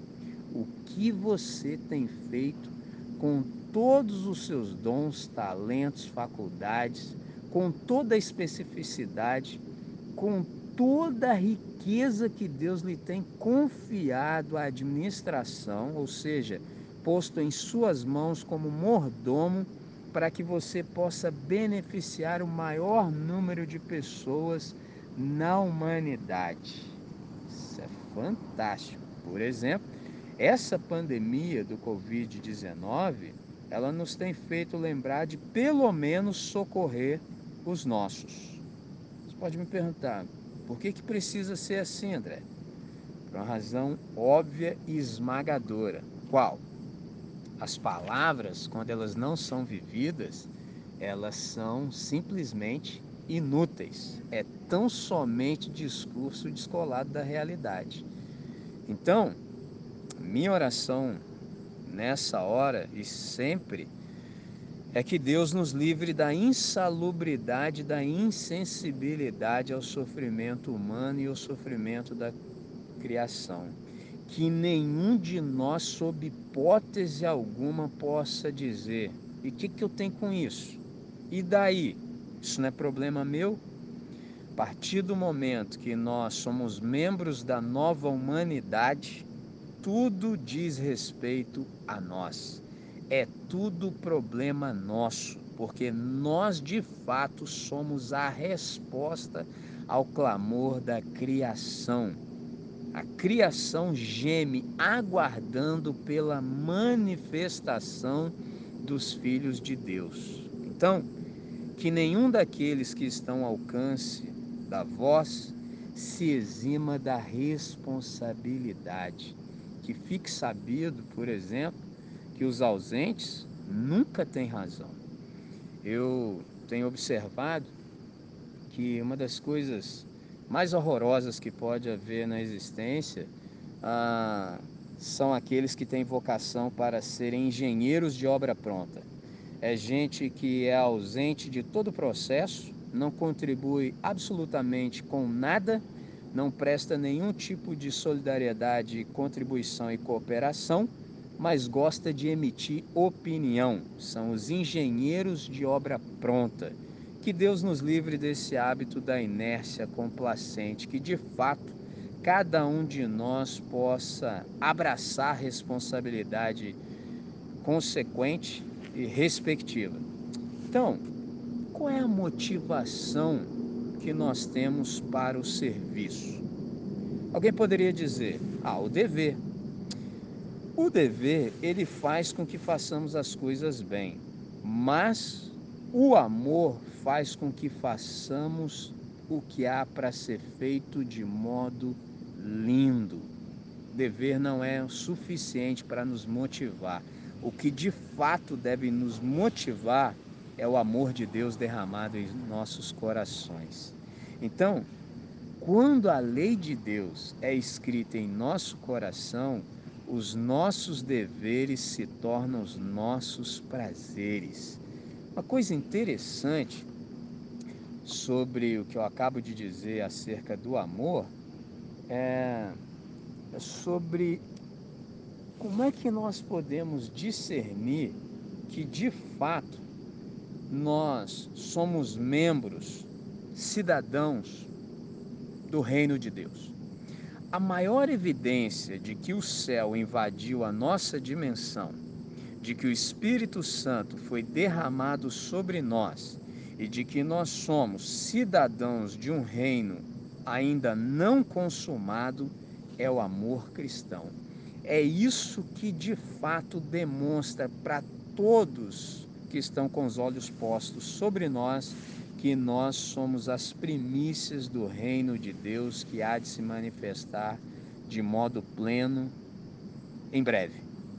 O que você tem feito com todos os seus dons, talentos, faculdades, com toda a especificidade, com toda a riqueza que Deus lhe tem confiado à administração, ou seja, posto em suas mãos como mordomo, para que você possa beneficiar o maior número de pessoas na humanidade. Isso é fantástico. Por exemplo, essa pandemia do covid dezenove, ela nos tem feito lembrar de pelo menos socorrer os nossos. Você pode me perguntar, por que que precisa ser assim, André? Por uma razão óbvia e esmagadora. Qual? As palavras, quando elas não são vividas, elas são simplesmente inúteis. É tão somente discurso descolado da realidade. Então, minha oração nessa hora e sempre é que Deus nos livre da insalubridade, da insensibilidade ao sofrimento humano e ao sofrimento da criação. Que nenhum de nós, sob hipótese alguma, possa dizer: e o que, que eu tenho com isso? E daí? Isso não é problema meu? A partir do momento que nós somos membros da nova humanidade, tudo diz respeito a nós. É tudo problema nosso, porque nós de fato somos a resposta ao clamor da criação. A criação geme aguardando pela manifestação dos filhos de Deus. Então, que nenhum daqueles que estão ao alcance da voz se exima da responsabilidade. Que fique sabido, por exemplo, que os ausentes nunca têm razão. Eu tenho observado que uma das coisas mais horrorosas que pode haver na existência ah, são aqueles que têm vocação para serem engenheiros de obra pronta. É gente que é ausente de todo o processo, não contribui absolutamente com nada, não presta nenhum tipo de solidariedade, contribuição e cooperação, mas gosta de emitir opinião. São os engenheiros de obra pronta. Que Deus nos livre desse hábito da inércia complacente, que de fato cada um de nós possa abraçar a responsabilidade consequente e respectiva. Então, qual é a motivação que nós temos para o serviço? Alguém poderia dizer: ah, o dever. O dever, ele faz com que façamos as coisas bem, mas o amor faz com que façamos o que há para ser feito de modo lindo. Dever não é o suficiente para nos motivar. O que de fato deve nos motivar é o amor de Deus derramado em nossos corações. Então, quando a lei de Deus é escrita em nosso coração, os nossos deveres se tornam os nossos prazeres. Uma coisa interessante sobre o que eu acabo de dizer acerca do amor é sobre como é que nós podemos discernir que de fato nós somos membros, cidadãos do reino de Deus. A maior evidência de que o céu invadiu a nossa dimensão, de que o Espírito Santo foi derramado sobre nós e de que nós somos cidadãos de um reino ainda não consumado é o amor cristão. É isso que de fato demonstra para todos que estão com os olhos postos sobre nós que nós somos as primícias do reino de Deus que há de se manifestar de modo pleno em breve.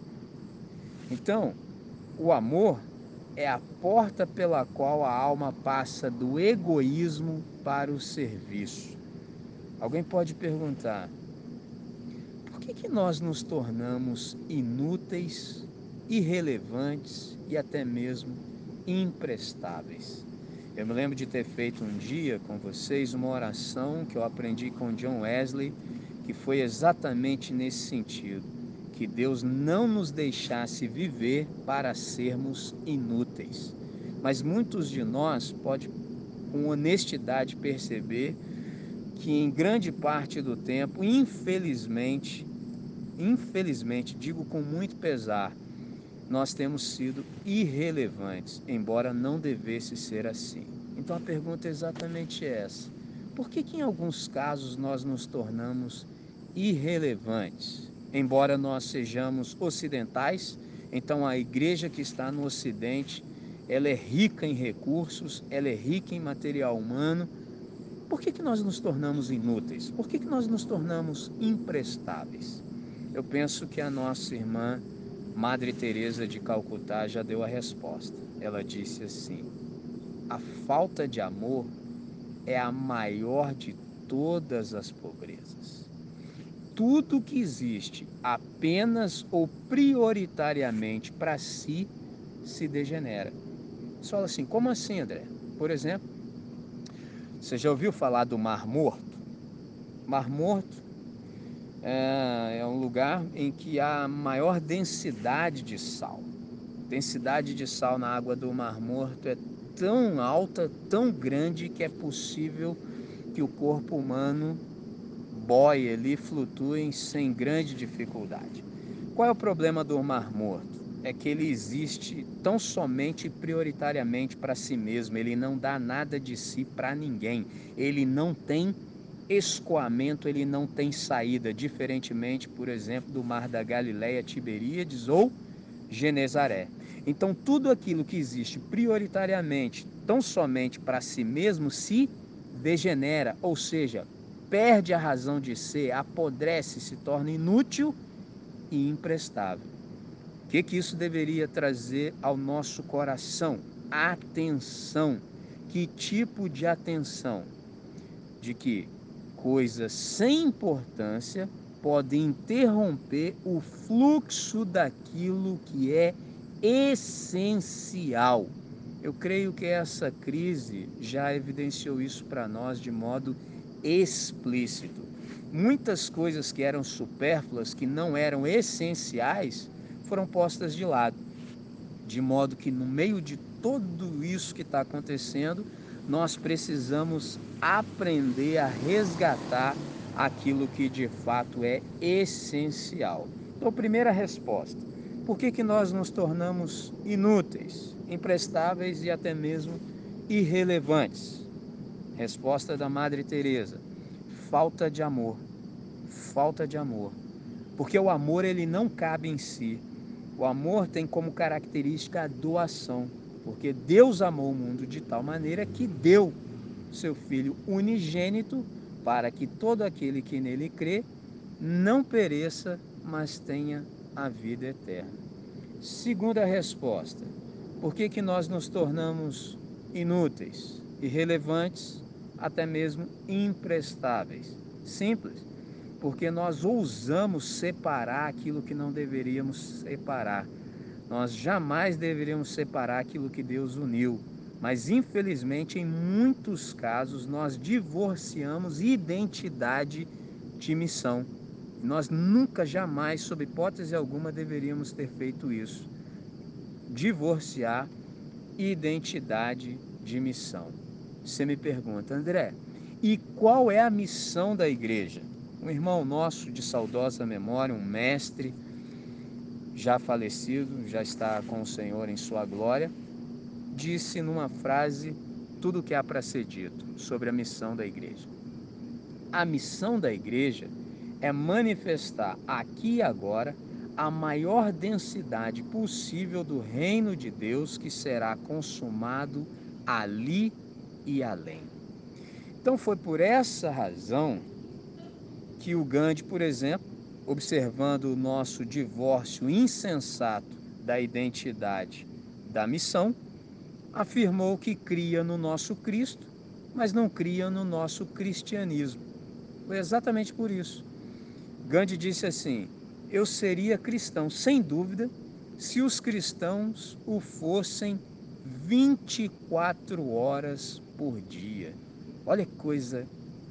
Então, o amor é a porta pela qual a alma passa do egoísmo para o serviço. Alguém pode perguntar: por que que nós nos tornamos inúteis, irrelevantes e até mesmo imprestáveis? Eu me lembro de ter feito um dia com vocês uma oração que eu aprendi com John Wesley, que foi exatamente nesse sentido, que Deus não nos deixasse viver para sermos inúteis. Mas muitos de nós podem, com honestidade, perceber que em grande parte do tempo, infelizmente, infelizmente, digo com muito pesar, nós temos sido irrelevantes, embora não devesse ser assim. Então a pergunta é exatamente essa: por que que em alguns casos nós nos tornamos irrelevantes? Embora nós sejamos ocidentais, então a igreja que está no Ocidente, ela é rica em recursos, ela é rica em material humano. Por que que nós nos tornamos inúteis? Por que que nós nos tornamos imprestáveis? Eu penso que a nossa irmã Madre Teresa de Calcutá já deu a resposta. Ela disse assim: a falta de amor é a maior de todas as pobrezas. Tudo que existe apenas ou prioritariamente para si se degenera. Você fala assim, como assim, André? Por exemplo, você já ouviu falar do Mar Morto? Mar Morto é, é um lugar em que há maior densidade de sal. A densidade de sal na água do Mar Morto é tão alta, tão grande, que é possível que o corpo humano boie ali, flutue sem grande dificuldade. Qual é o problema do Mar Morto? É que ele existe tão somente e prioritariamente para si mesmo, ele não dá nada de si para ninguém, ele não tem escoamento, ele não tem saída, diferentemente, por exemplo, do Mar da Galileia, Tiberíades ou Genezaré. Então, tudo aquilo que existe prioritariamente, tão somente para si mesmo, se degenera, ou seja, perde a razão de ser, apodrece, se torna inútil e imprestável. O que, que isso deveria trazer ao nosso coração? Atenção. Que tipo de atenção? De que coisas sem importância podem interromper o fluxo daquilo que é essencial. Eu creio que essa crise já evidenciou isso para nós de modo explícito. Muitas coisas que eram supérfluas, que não eram essenciais, foram postas de lado. De modo que no meio de tudo isso que está acontecendo, nós precisamos aprender a resgatar aquilo que de fato é essencial. Então, primeira resposta: por que que nós nos tornamos inúteis, imprestáveis e até mesmo irrelevantes? Resposta da Madre Teresa: falta de amor. Falta de amor. Porque o amor ele não cabe em si. O amor tem como característica a doação, porque Deus amou o mundo de tal maneira que deu seu Filho unigênito para que todo aquele que nele crê não pereça, mas tenha a vida eterna. Segunda resposta: por que que nós nos tornamos inúteis, irrelevantes, até mesmo imprestáveis? Simples, porque nós ousamos separar aquilo que não deveríamos separar. Nós jamais deveríamos separar aquilo que Deus uniu, mas infelizmente em muitos casos nós divorciamos identidade de missão. Nós nunca, jamais, sob hipótese alguma, deveríamos ter feito isso. Divorciar identidade de missão. Você me pergunta, André, e qual é a missão da igreja? Um irmão nosso de saudosa memória, um mestre, já falecido, já está com o Senhor em sua glória, disse numa frase tudo o que há para ser dito sobre a missão da igreja. A missão da igreja é manifestar aqui e agora a maior densidade possível do reino de Deus que será consumado ali e além. Então foi por essa razão que o Gandhi, por exemplo, observando o nosso divórcio insensato da identidade da missão, afirmou que cria no nosso Cristo, mas não cria no nosso cristianismo. Foi exatamente por isso. Gandhi disse assim: eu seria cristão, sem dúvida, se os cristãos o fossem vinte e quatro horas por dia. Olha que coisa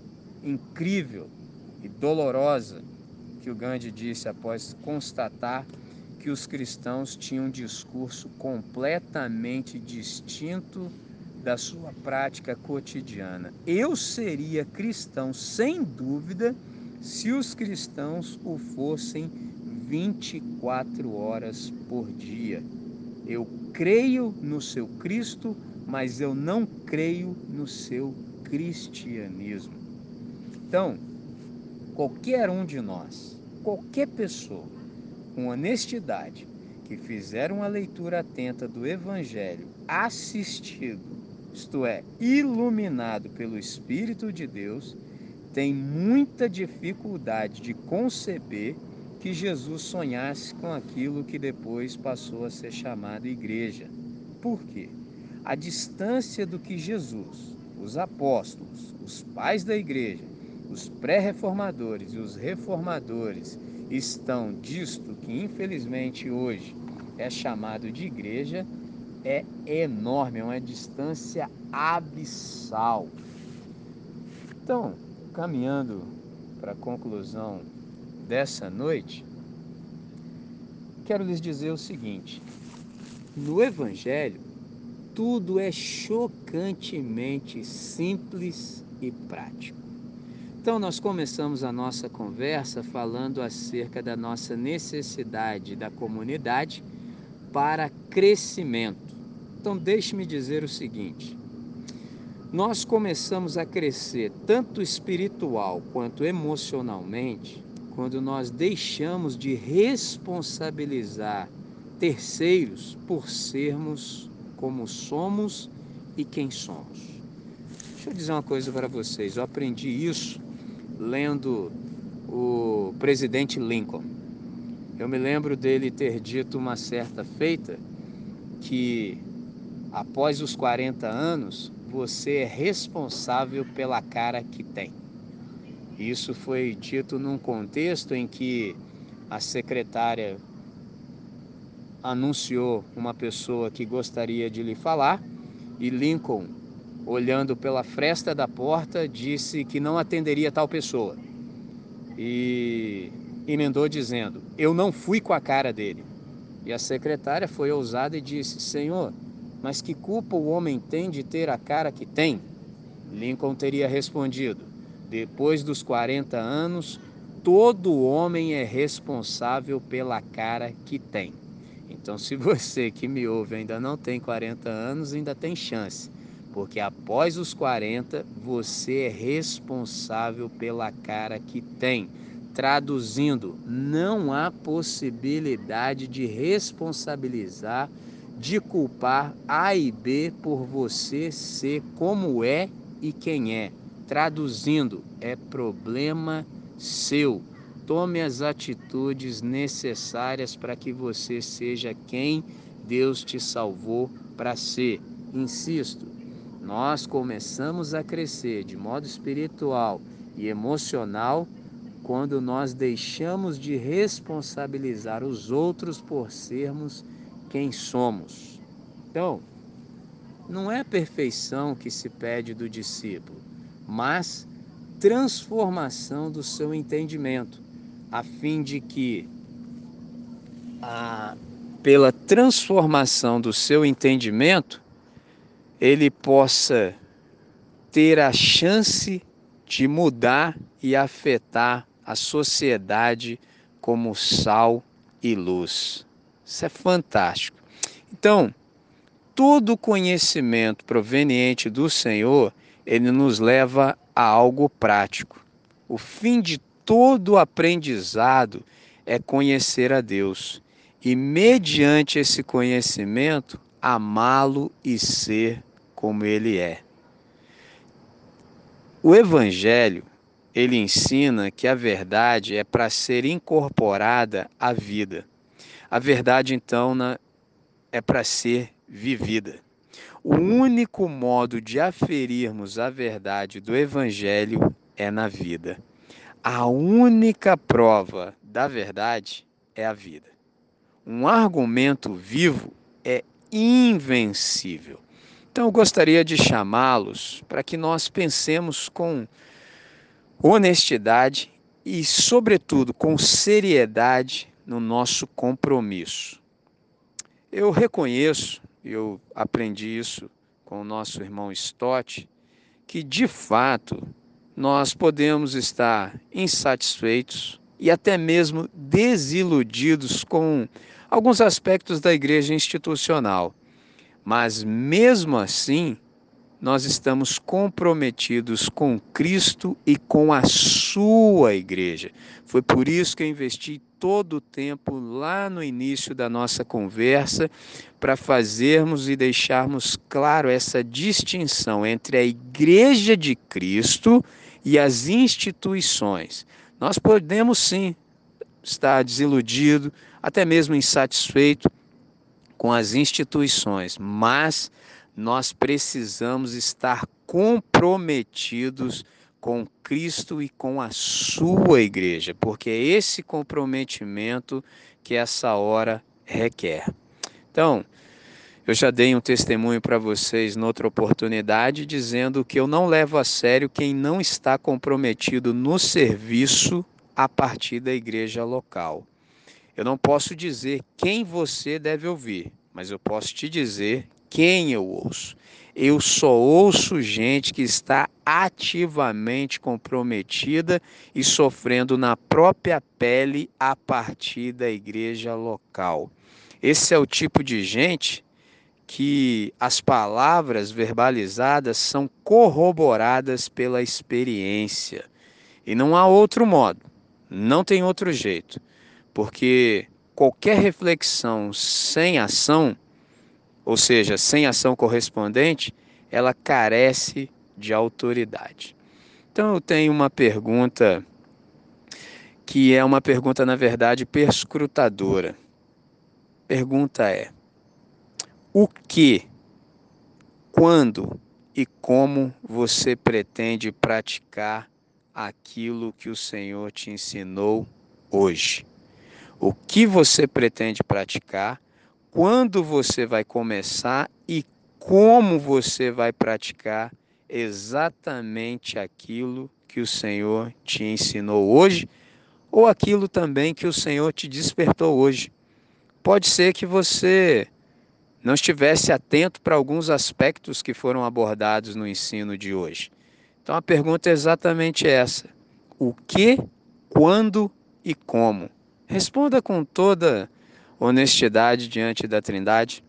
incrível e dolorosa que o Gandhi disse após constatar que os cristãos tinham um discurso completamente distinto da sua prática cotidiana. Eu seria cristão, sem dúvida, se os cristãos o fossem vinte e quatro horas por dia. Eu creio no seu Cristo, mas eu não creio no seu cristianismo. Então, qualquer um de nós, qualquer pessoa, com honestidade, que fizer uma leitura atenta do Evangelho, assistido, isto é, iluminado pelo Espírito de Deus, tem muita dificuldade de conceber que Jesus sonhasse com aquilo que depois passou a ser chamado igreja. Por quê? A distância do que Jesus, os apóstolos, os pais da igreja, os pré-reformadores e os reformadores estão disto que infelizmente hoje é chamado de igreja, é enorme, é uma distância abissal. Então, caminhando para a conclusão dessa noite, quero lhes dizer o seguinte: no Evangelho, tudo é chocantemente simples e prático. Então, nós começamos a nossa conversa falando acerca da nossa necessidade da comunidade para crescimento. Então, deixe-me dizer o seguinte: nós começamos a crescer tanto espiritual quanto emocionalmente quando nós deixamos de responsabilizar terceiros por sermos como somos e quem somos. Deixa eu dizer uma coisa para vocês, eu aprendi isso lendo o presidente Lincoln. Eu me lembro dele ter dito uma certa feita que após os quarenta anos você é responsável pela cara que tem. Isso foi dito num contexto em que a secretária anunciou uma pessoa que gostaria de lhe falar e Lincoln, olhando pela fresta da porta, disse que não atenderia tal pessoa e emendou dizendo: eu não fui com a cara dele. E a secretária foi ousada e disse: Senhor, mas que culpa o homem tem de ter a cara que tem? Lincoln teria respondido: depois dos quarenta anos, todo homem é responsável pela cara que tem. Então, se você que me ouve ainda não tem quarenta anos, ainda tem chance, porque após os quarenta, você é responsável pela cara que tem. Traduzindo, não há possibilidade de responsabilizar, de culpar A e B por você ser como é e quem é. Traduzindo, é problema seu. Tome as atitudes necessárias para que você seja quem Deus te salvou para ser. Insisto, nós começamos a crescer de modo espiritual e emocional quando nós deixamos de responsabilizar os outros por sermos quem somos. Então, não é perfeição que se pede do discípulo, mas transformação do seu entendimento, a fim de que, a, pela transformação do seu entendimento, ele possa ter a chance de mudar e afetar a sociedade como sal e luz. Isso é fantástico. Então, todo conhecimento proveniente do Senhor, ele nos leva a algo prático. O fim de todo aprendizado é conhecer a Deus e, mediante esse conhecimento, amá-lo e ser como Ele é. O Evangelho, ele ensina que a verdade é para ser incorporada à vida. A verdade, então, é para ser vivida. O único modo de aferirmos a verdade do Evangelho é na vida. A única prova da verdade é a vida. Um argumento vivo é invencível. Então, eu gostaria de chamá-los para que nós pensemos com honestidade e, sobretudo, com seriedade no nosso compromisso. Eu reconheço, eu aprendi isso com o nosso irmão Stott, que de fato nós podemos estar insatisfeitos e até mesmo desiludidos com alguns aspectos da igreja institucional. Mas mesmo assim, nós estamos comprometidos com Cristo e com a sua igreja. Foi por isso que eu investi todo o tempo lá no início da nossa conversa para fazermos e deixarmos claro essa distinção entre a igreja de Cristo e as instituições. Nós podemos sim estar desiludido, até mesmo insatisfeito com as instituições, mas nós precisamos estar comprometidos com Cristo e com a sua igreja, porque é esse comprometimento que essa hora requer. Então, eu já dei um testemunho para vocês noutra oportunidade, dizendo que eu não levo a sério quem não está comprometido no serviço a partir da igreja local. Eu não posso dizer quem você deve ouvir, mas eu posso te dizer quem eu ouço. Eu só ouço gente que está ativamente comprometida e sofrendo na própria pele a partir da igreja local. Esse é o tipo de gente que as palavras verbalizadas são corroboradas pela experiência. E não há outro modo, não tem outro jeito, porque qualquer reflexão sem ação, ou seja, sem ação correspondente, ela carece de autoridade. Então eu tenho uma pergunta que é uma pergunta, na verdade, perscrutadora. Pergunta é: o que, quando e como você pretende praticar aquilo que o Senhor te ensinou hoje? O que você pretende praticar, quando você vai começar e como você vai praticar exatamente aquilo que o Senhor te ensinou hoje, ou aquilo também que o Senhor te despertou hoje. Pode ser que você não estivesse atento para alguns aspectos que foram abordados no ensino de hoje. Então a pergunta é exatamente essa: o que, quando e como? Responda com toda honestidade diante da Trindade.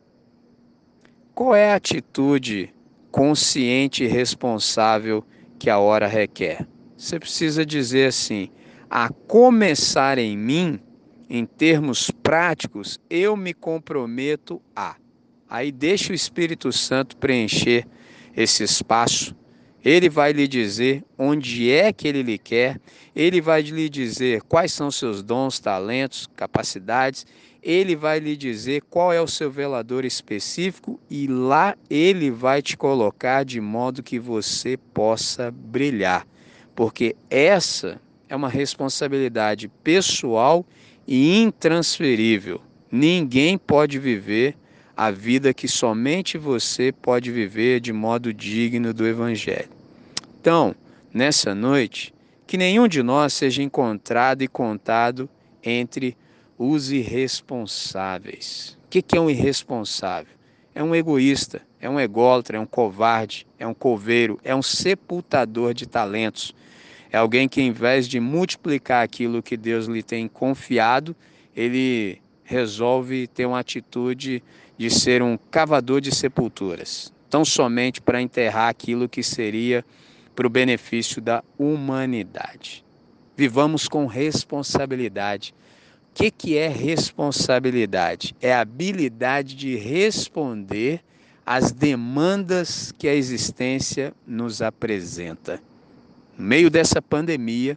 Qual é a atitude consciente e responsável que a hora requer? Você precisa dizer assim: a começar em mim, em termos práticos, eu me comprometo a. Aí deixa o Espírito Santo preencher esse espaço. Ele vai lhe dizer onde é que ele lhe quer, ele vai lhe dizer quais são seus dons, talentos, capacidades, ele vai lhe dizer qual é o seu velador específico e lá ele vai te colocar de modo que você possa brilhar. Porque essa é uma responsabilidade pessoal e intransferível. Ninguém pode viver a vida que somente você pode viver de modo digno do Evangelho. Então, nessa noite, que nenhum de nós seja encontrado e contado entre os irresponsáveis. O que é um irresponsável? É um egoísta, é um ególatra, é um covarde, é um coveiro, é um sepultador de talentos. É alguém que, em vez de multiplicar aquilo que Deus lhe tem confiado, ele resolve ter uma atitude de ser um cavador de sepulturas, tão somente para enterrar aquilo que seria para o benefício da humanidade. Vivamos com responsabilidade. O que, que é responsabilidade? É a habilidade de responder às demandas que a existência nos apresenta. No meio dessa pandemia,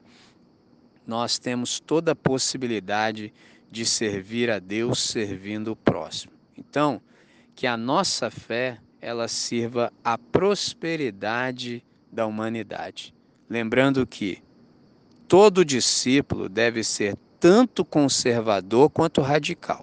nós temos toda a possibilidade de servir a Deus servindo o próximo. Então, que a nossa fé ela sirva à prosperidade da humanidade. Lembrando que todo discípulo deve ser tanto conservador quanto radical.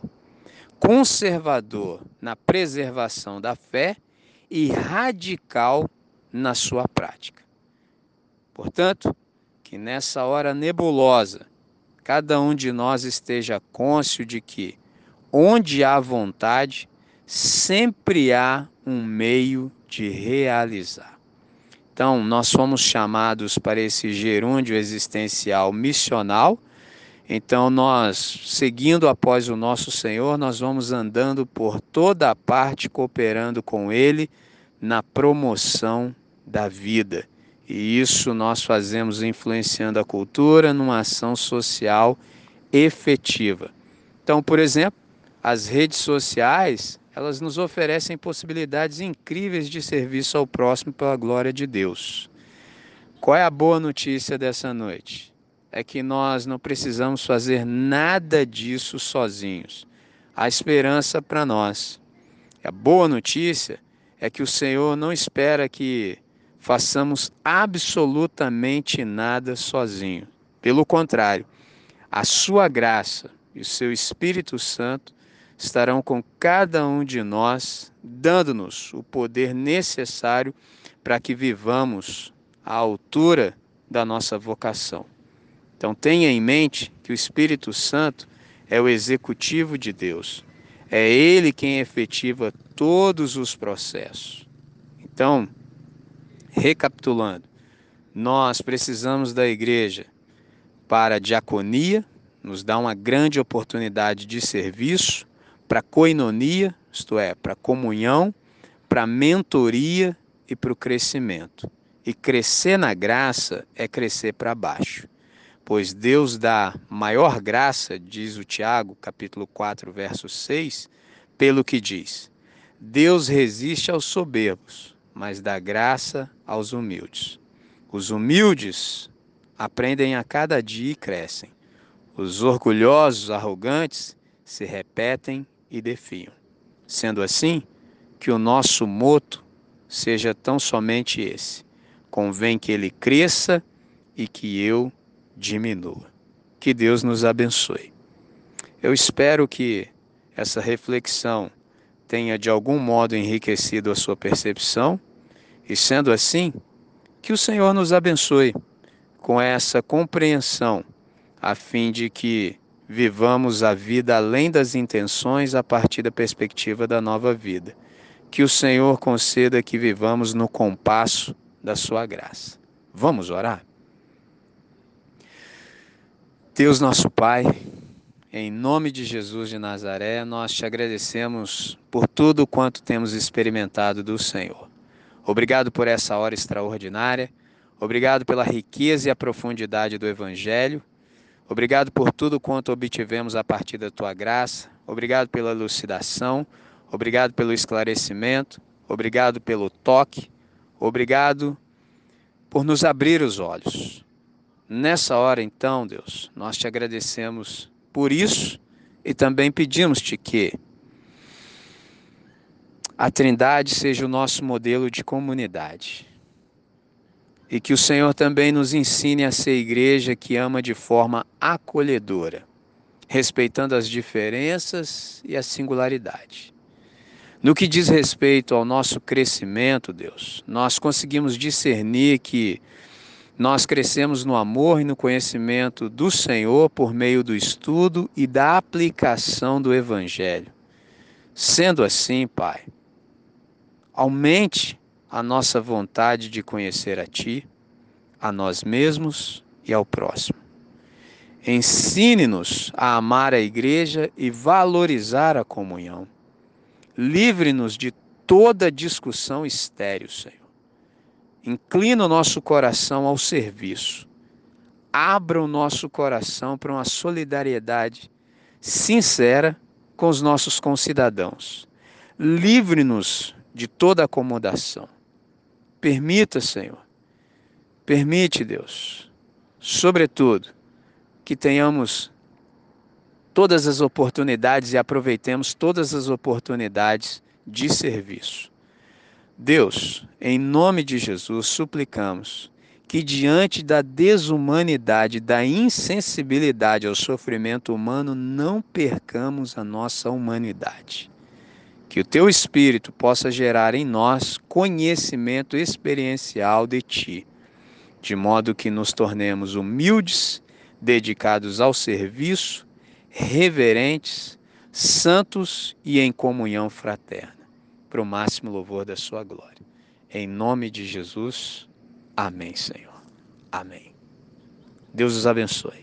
Conservador na preservação da fé e radical na sua prática. Portanto, que nessa hora nebulosa, cada um de nós esteja cônscio de que, onde há vontade, sempre há um meio de realizar. Então, nós fomos chamados para esse gerúndio existencial missional. Então, nós, seguindo após o nosso Senhor, nós vamos andando por toda a parte, cooperando com Ele na promoção da vida. E isso nós fazemos influenciando a cultura numa ação social efetiva. Então, por exemplo, as redes sociais, elas nos oferecem possibilidades incríveis de serviço ao próximo pela glória de Deus. Qual é a boa notícia dessa noite? É que nós não precisamos fazer nada disso sozinhos. Há esperança para nós. A boa notícia é que o Senhor não espera que façamos absolutamente nada sozinho. Pelo contrário, a sua graça e o seu Espírito Santo estarão com cada um de nós, dando-nos o poder necessário para que vivamos à altura da nossa vocação. Então tenha em mente que o Espírito Santo é o executivo de Deus. É Ele quem efetiva todos os processos. Então, recapitulando, nós precisamos da igreja para a diaconia, nos dá uma grande oportunidade de serviço, para coinonia, isto é, para comunhão, para mentoria e para o crescimento. E crescer na graça é crescer para baixo. Pois Deus dá maior graça, diz o Tiago, capítulo quatro, verso seis, pelo que diz: Deus resiste aos soberbos, mas dá graça aos humildes. Os humildes aprendem a cada dia e crescem. Os orgulhosos, arrogantes, se repetem e defiam. Sendo assim, que o nosso moto seja tão somente esse: convém que ele cresça e que eu diminua. Que Deus nos abençoe. Eu espero que essa reflexão tenha de algum modo enriquecido a sua percepção e, sendo assim, que o Senhor nos abençoe com essa compreensão, a fim de que vivamos a vida além das intenções a partir da perspectiva da nova vida. Que o Senhor conceda que vivamos no compasso da sua graça. Vamos orar? Deus nosso Pai, em nome de Jesus de Nazaré, nós te agradecemos por tudo quanto temos experimentado do Senhor. Obrigado por essa hora extraordinária, obrigado pela riqueza e a profundidade do Evangelho, obrigado por tudo quanto obtivemos a partir da tua graça, obrigado pela elucidação, obrigado pelo esclarecimento, obrigado pelo toque, obrigado por nos abrir os olhos. Nessa hora, então, Deus, nós te agradecemos por isso e também pedimos-te que a Trindade seja o nosso modelo de comunidade e que o Senhor também nos ensine a ser igreja que ama de forma acolhedora, respeitando as diferenças e a singularidade. No que diz respeito ao nosso crescimento, Deus, nós conseguimos discernir que nós crescemos no amor e no conhecimento do Senhor por meio do estudo e da aplicação do Evangelho. Sendo assim, Pai, aumente a nossa vontade de conhecer a Ti, a nós mesmos e ao próximo. Ensine-nos a amar a igreja e valorizar a comunhão. Livre-nos de toda discussão estéril, Senhor. Inclina o nosso coração ao serviço. Abra o nosso coração para uma solidariedade sincera com os nossos concidadãos. Livre-nos de toda acomodação. Permita, Senhor, permite, Deus, sobretudo, que tenhamos todas as oportunidades e aproveitemos todas as oportunidades de serviço. Deus, em nome de Jesus, suplicamos que diante da desumanidade, da insensibilidade ao sofrimento humano, não percamos a nossa humanidade. Que o Teu Espírito possa gerar em nós conhecimento experiencial de Ti, de modo que nos tornemos humildes, dedicados ao serviço, reverentes, santos e em comunhão fraterna, para o máximo louvor da Sua glória. Em nome de Jesus, amém, Senhor. Amém. Deus os abençoe.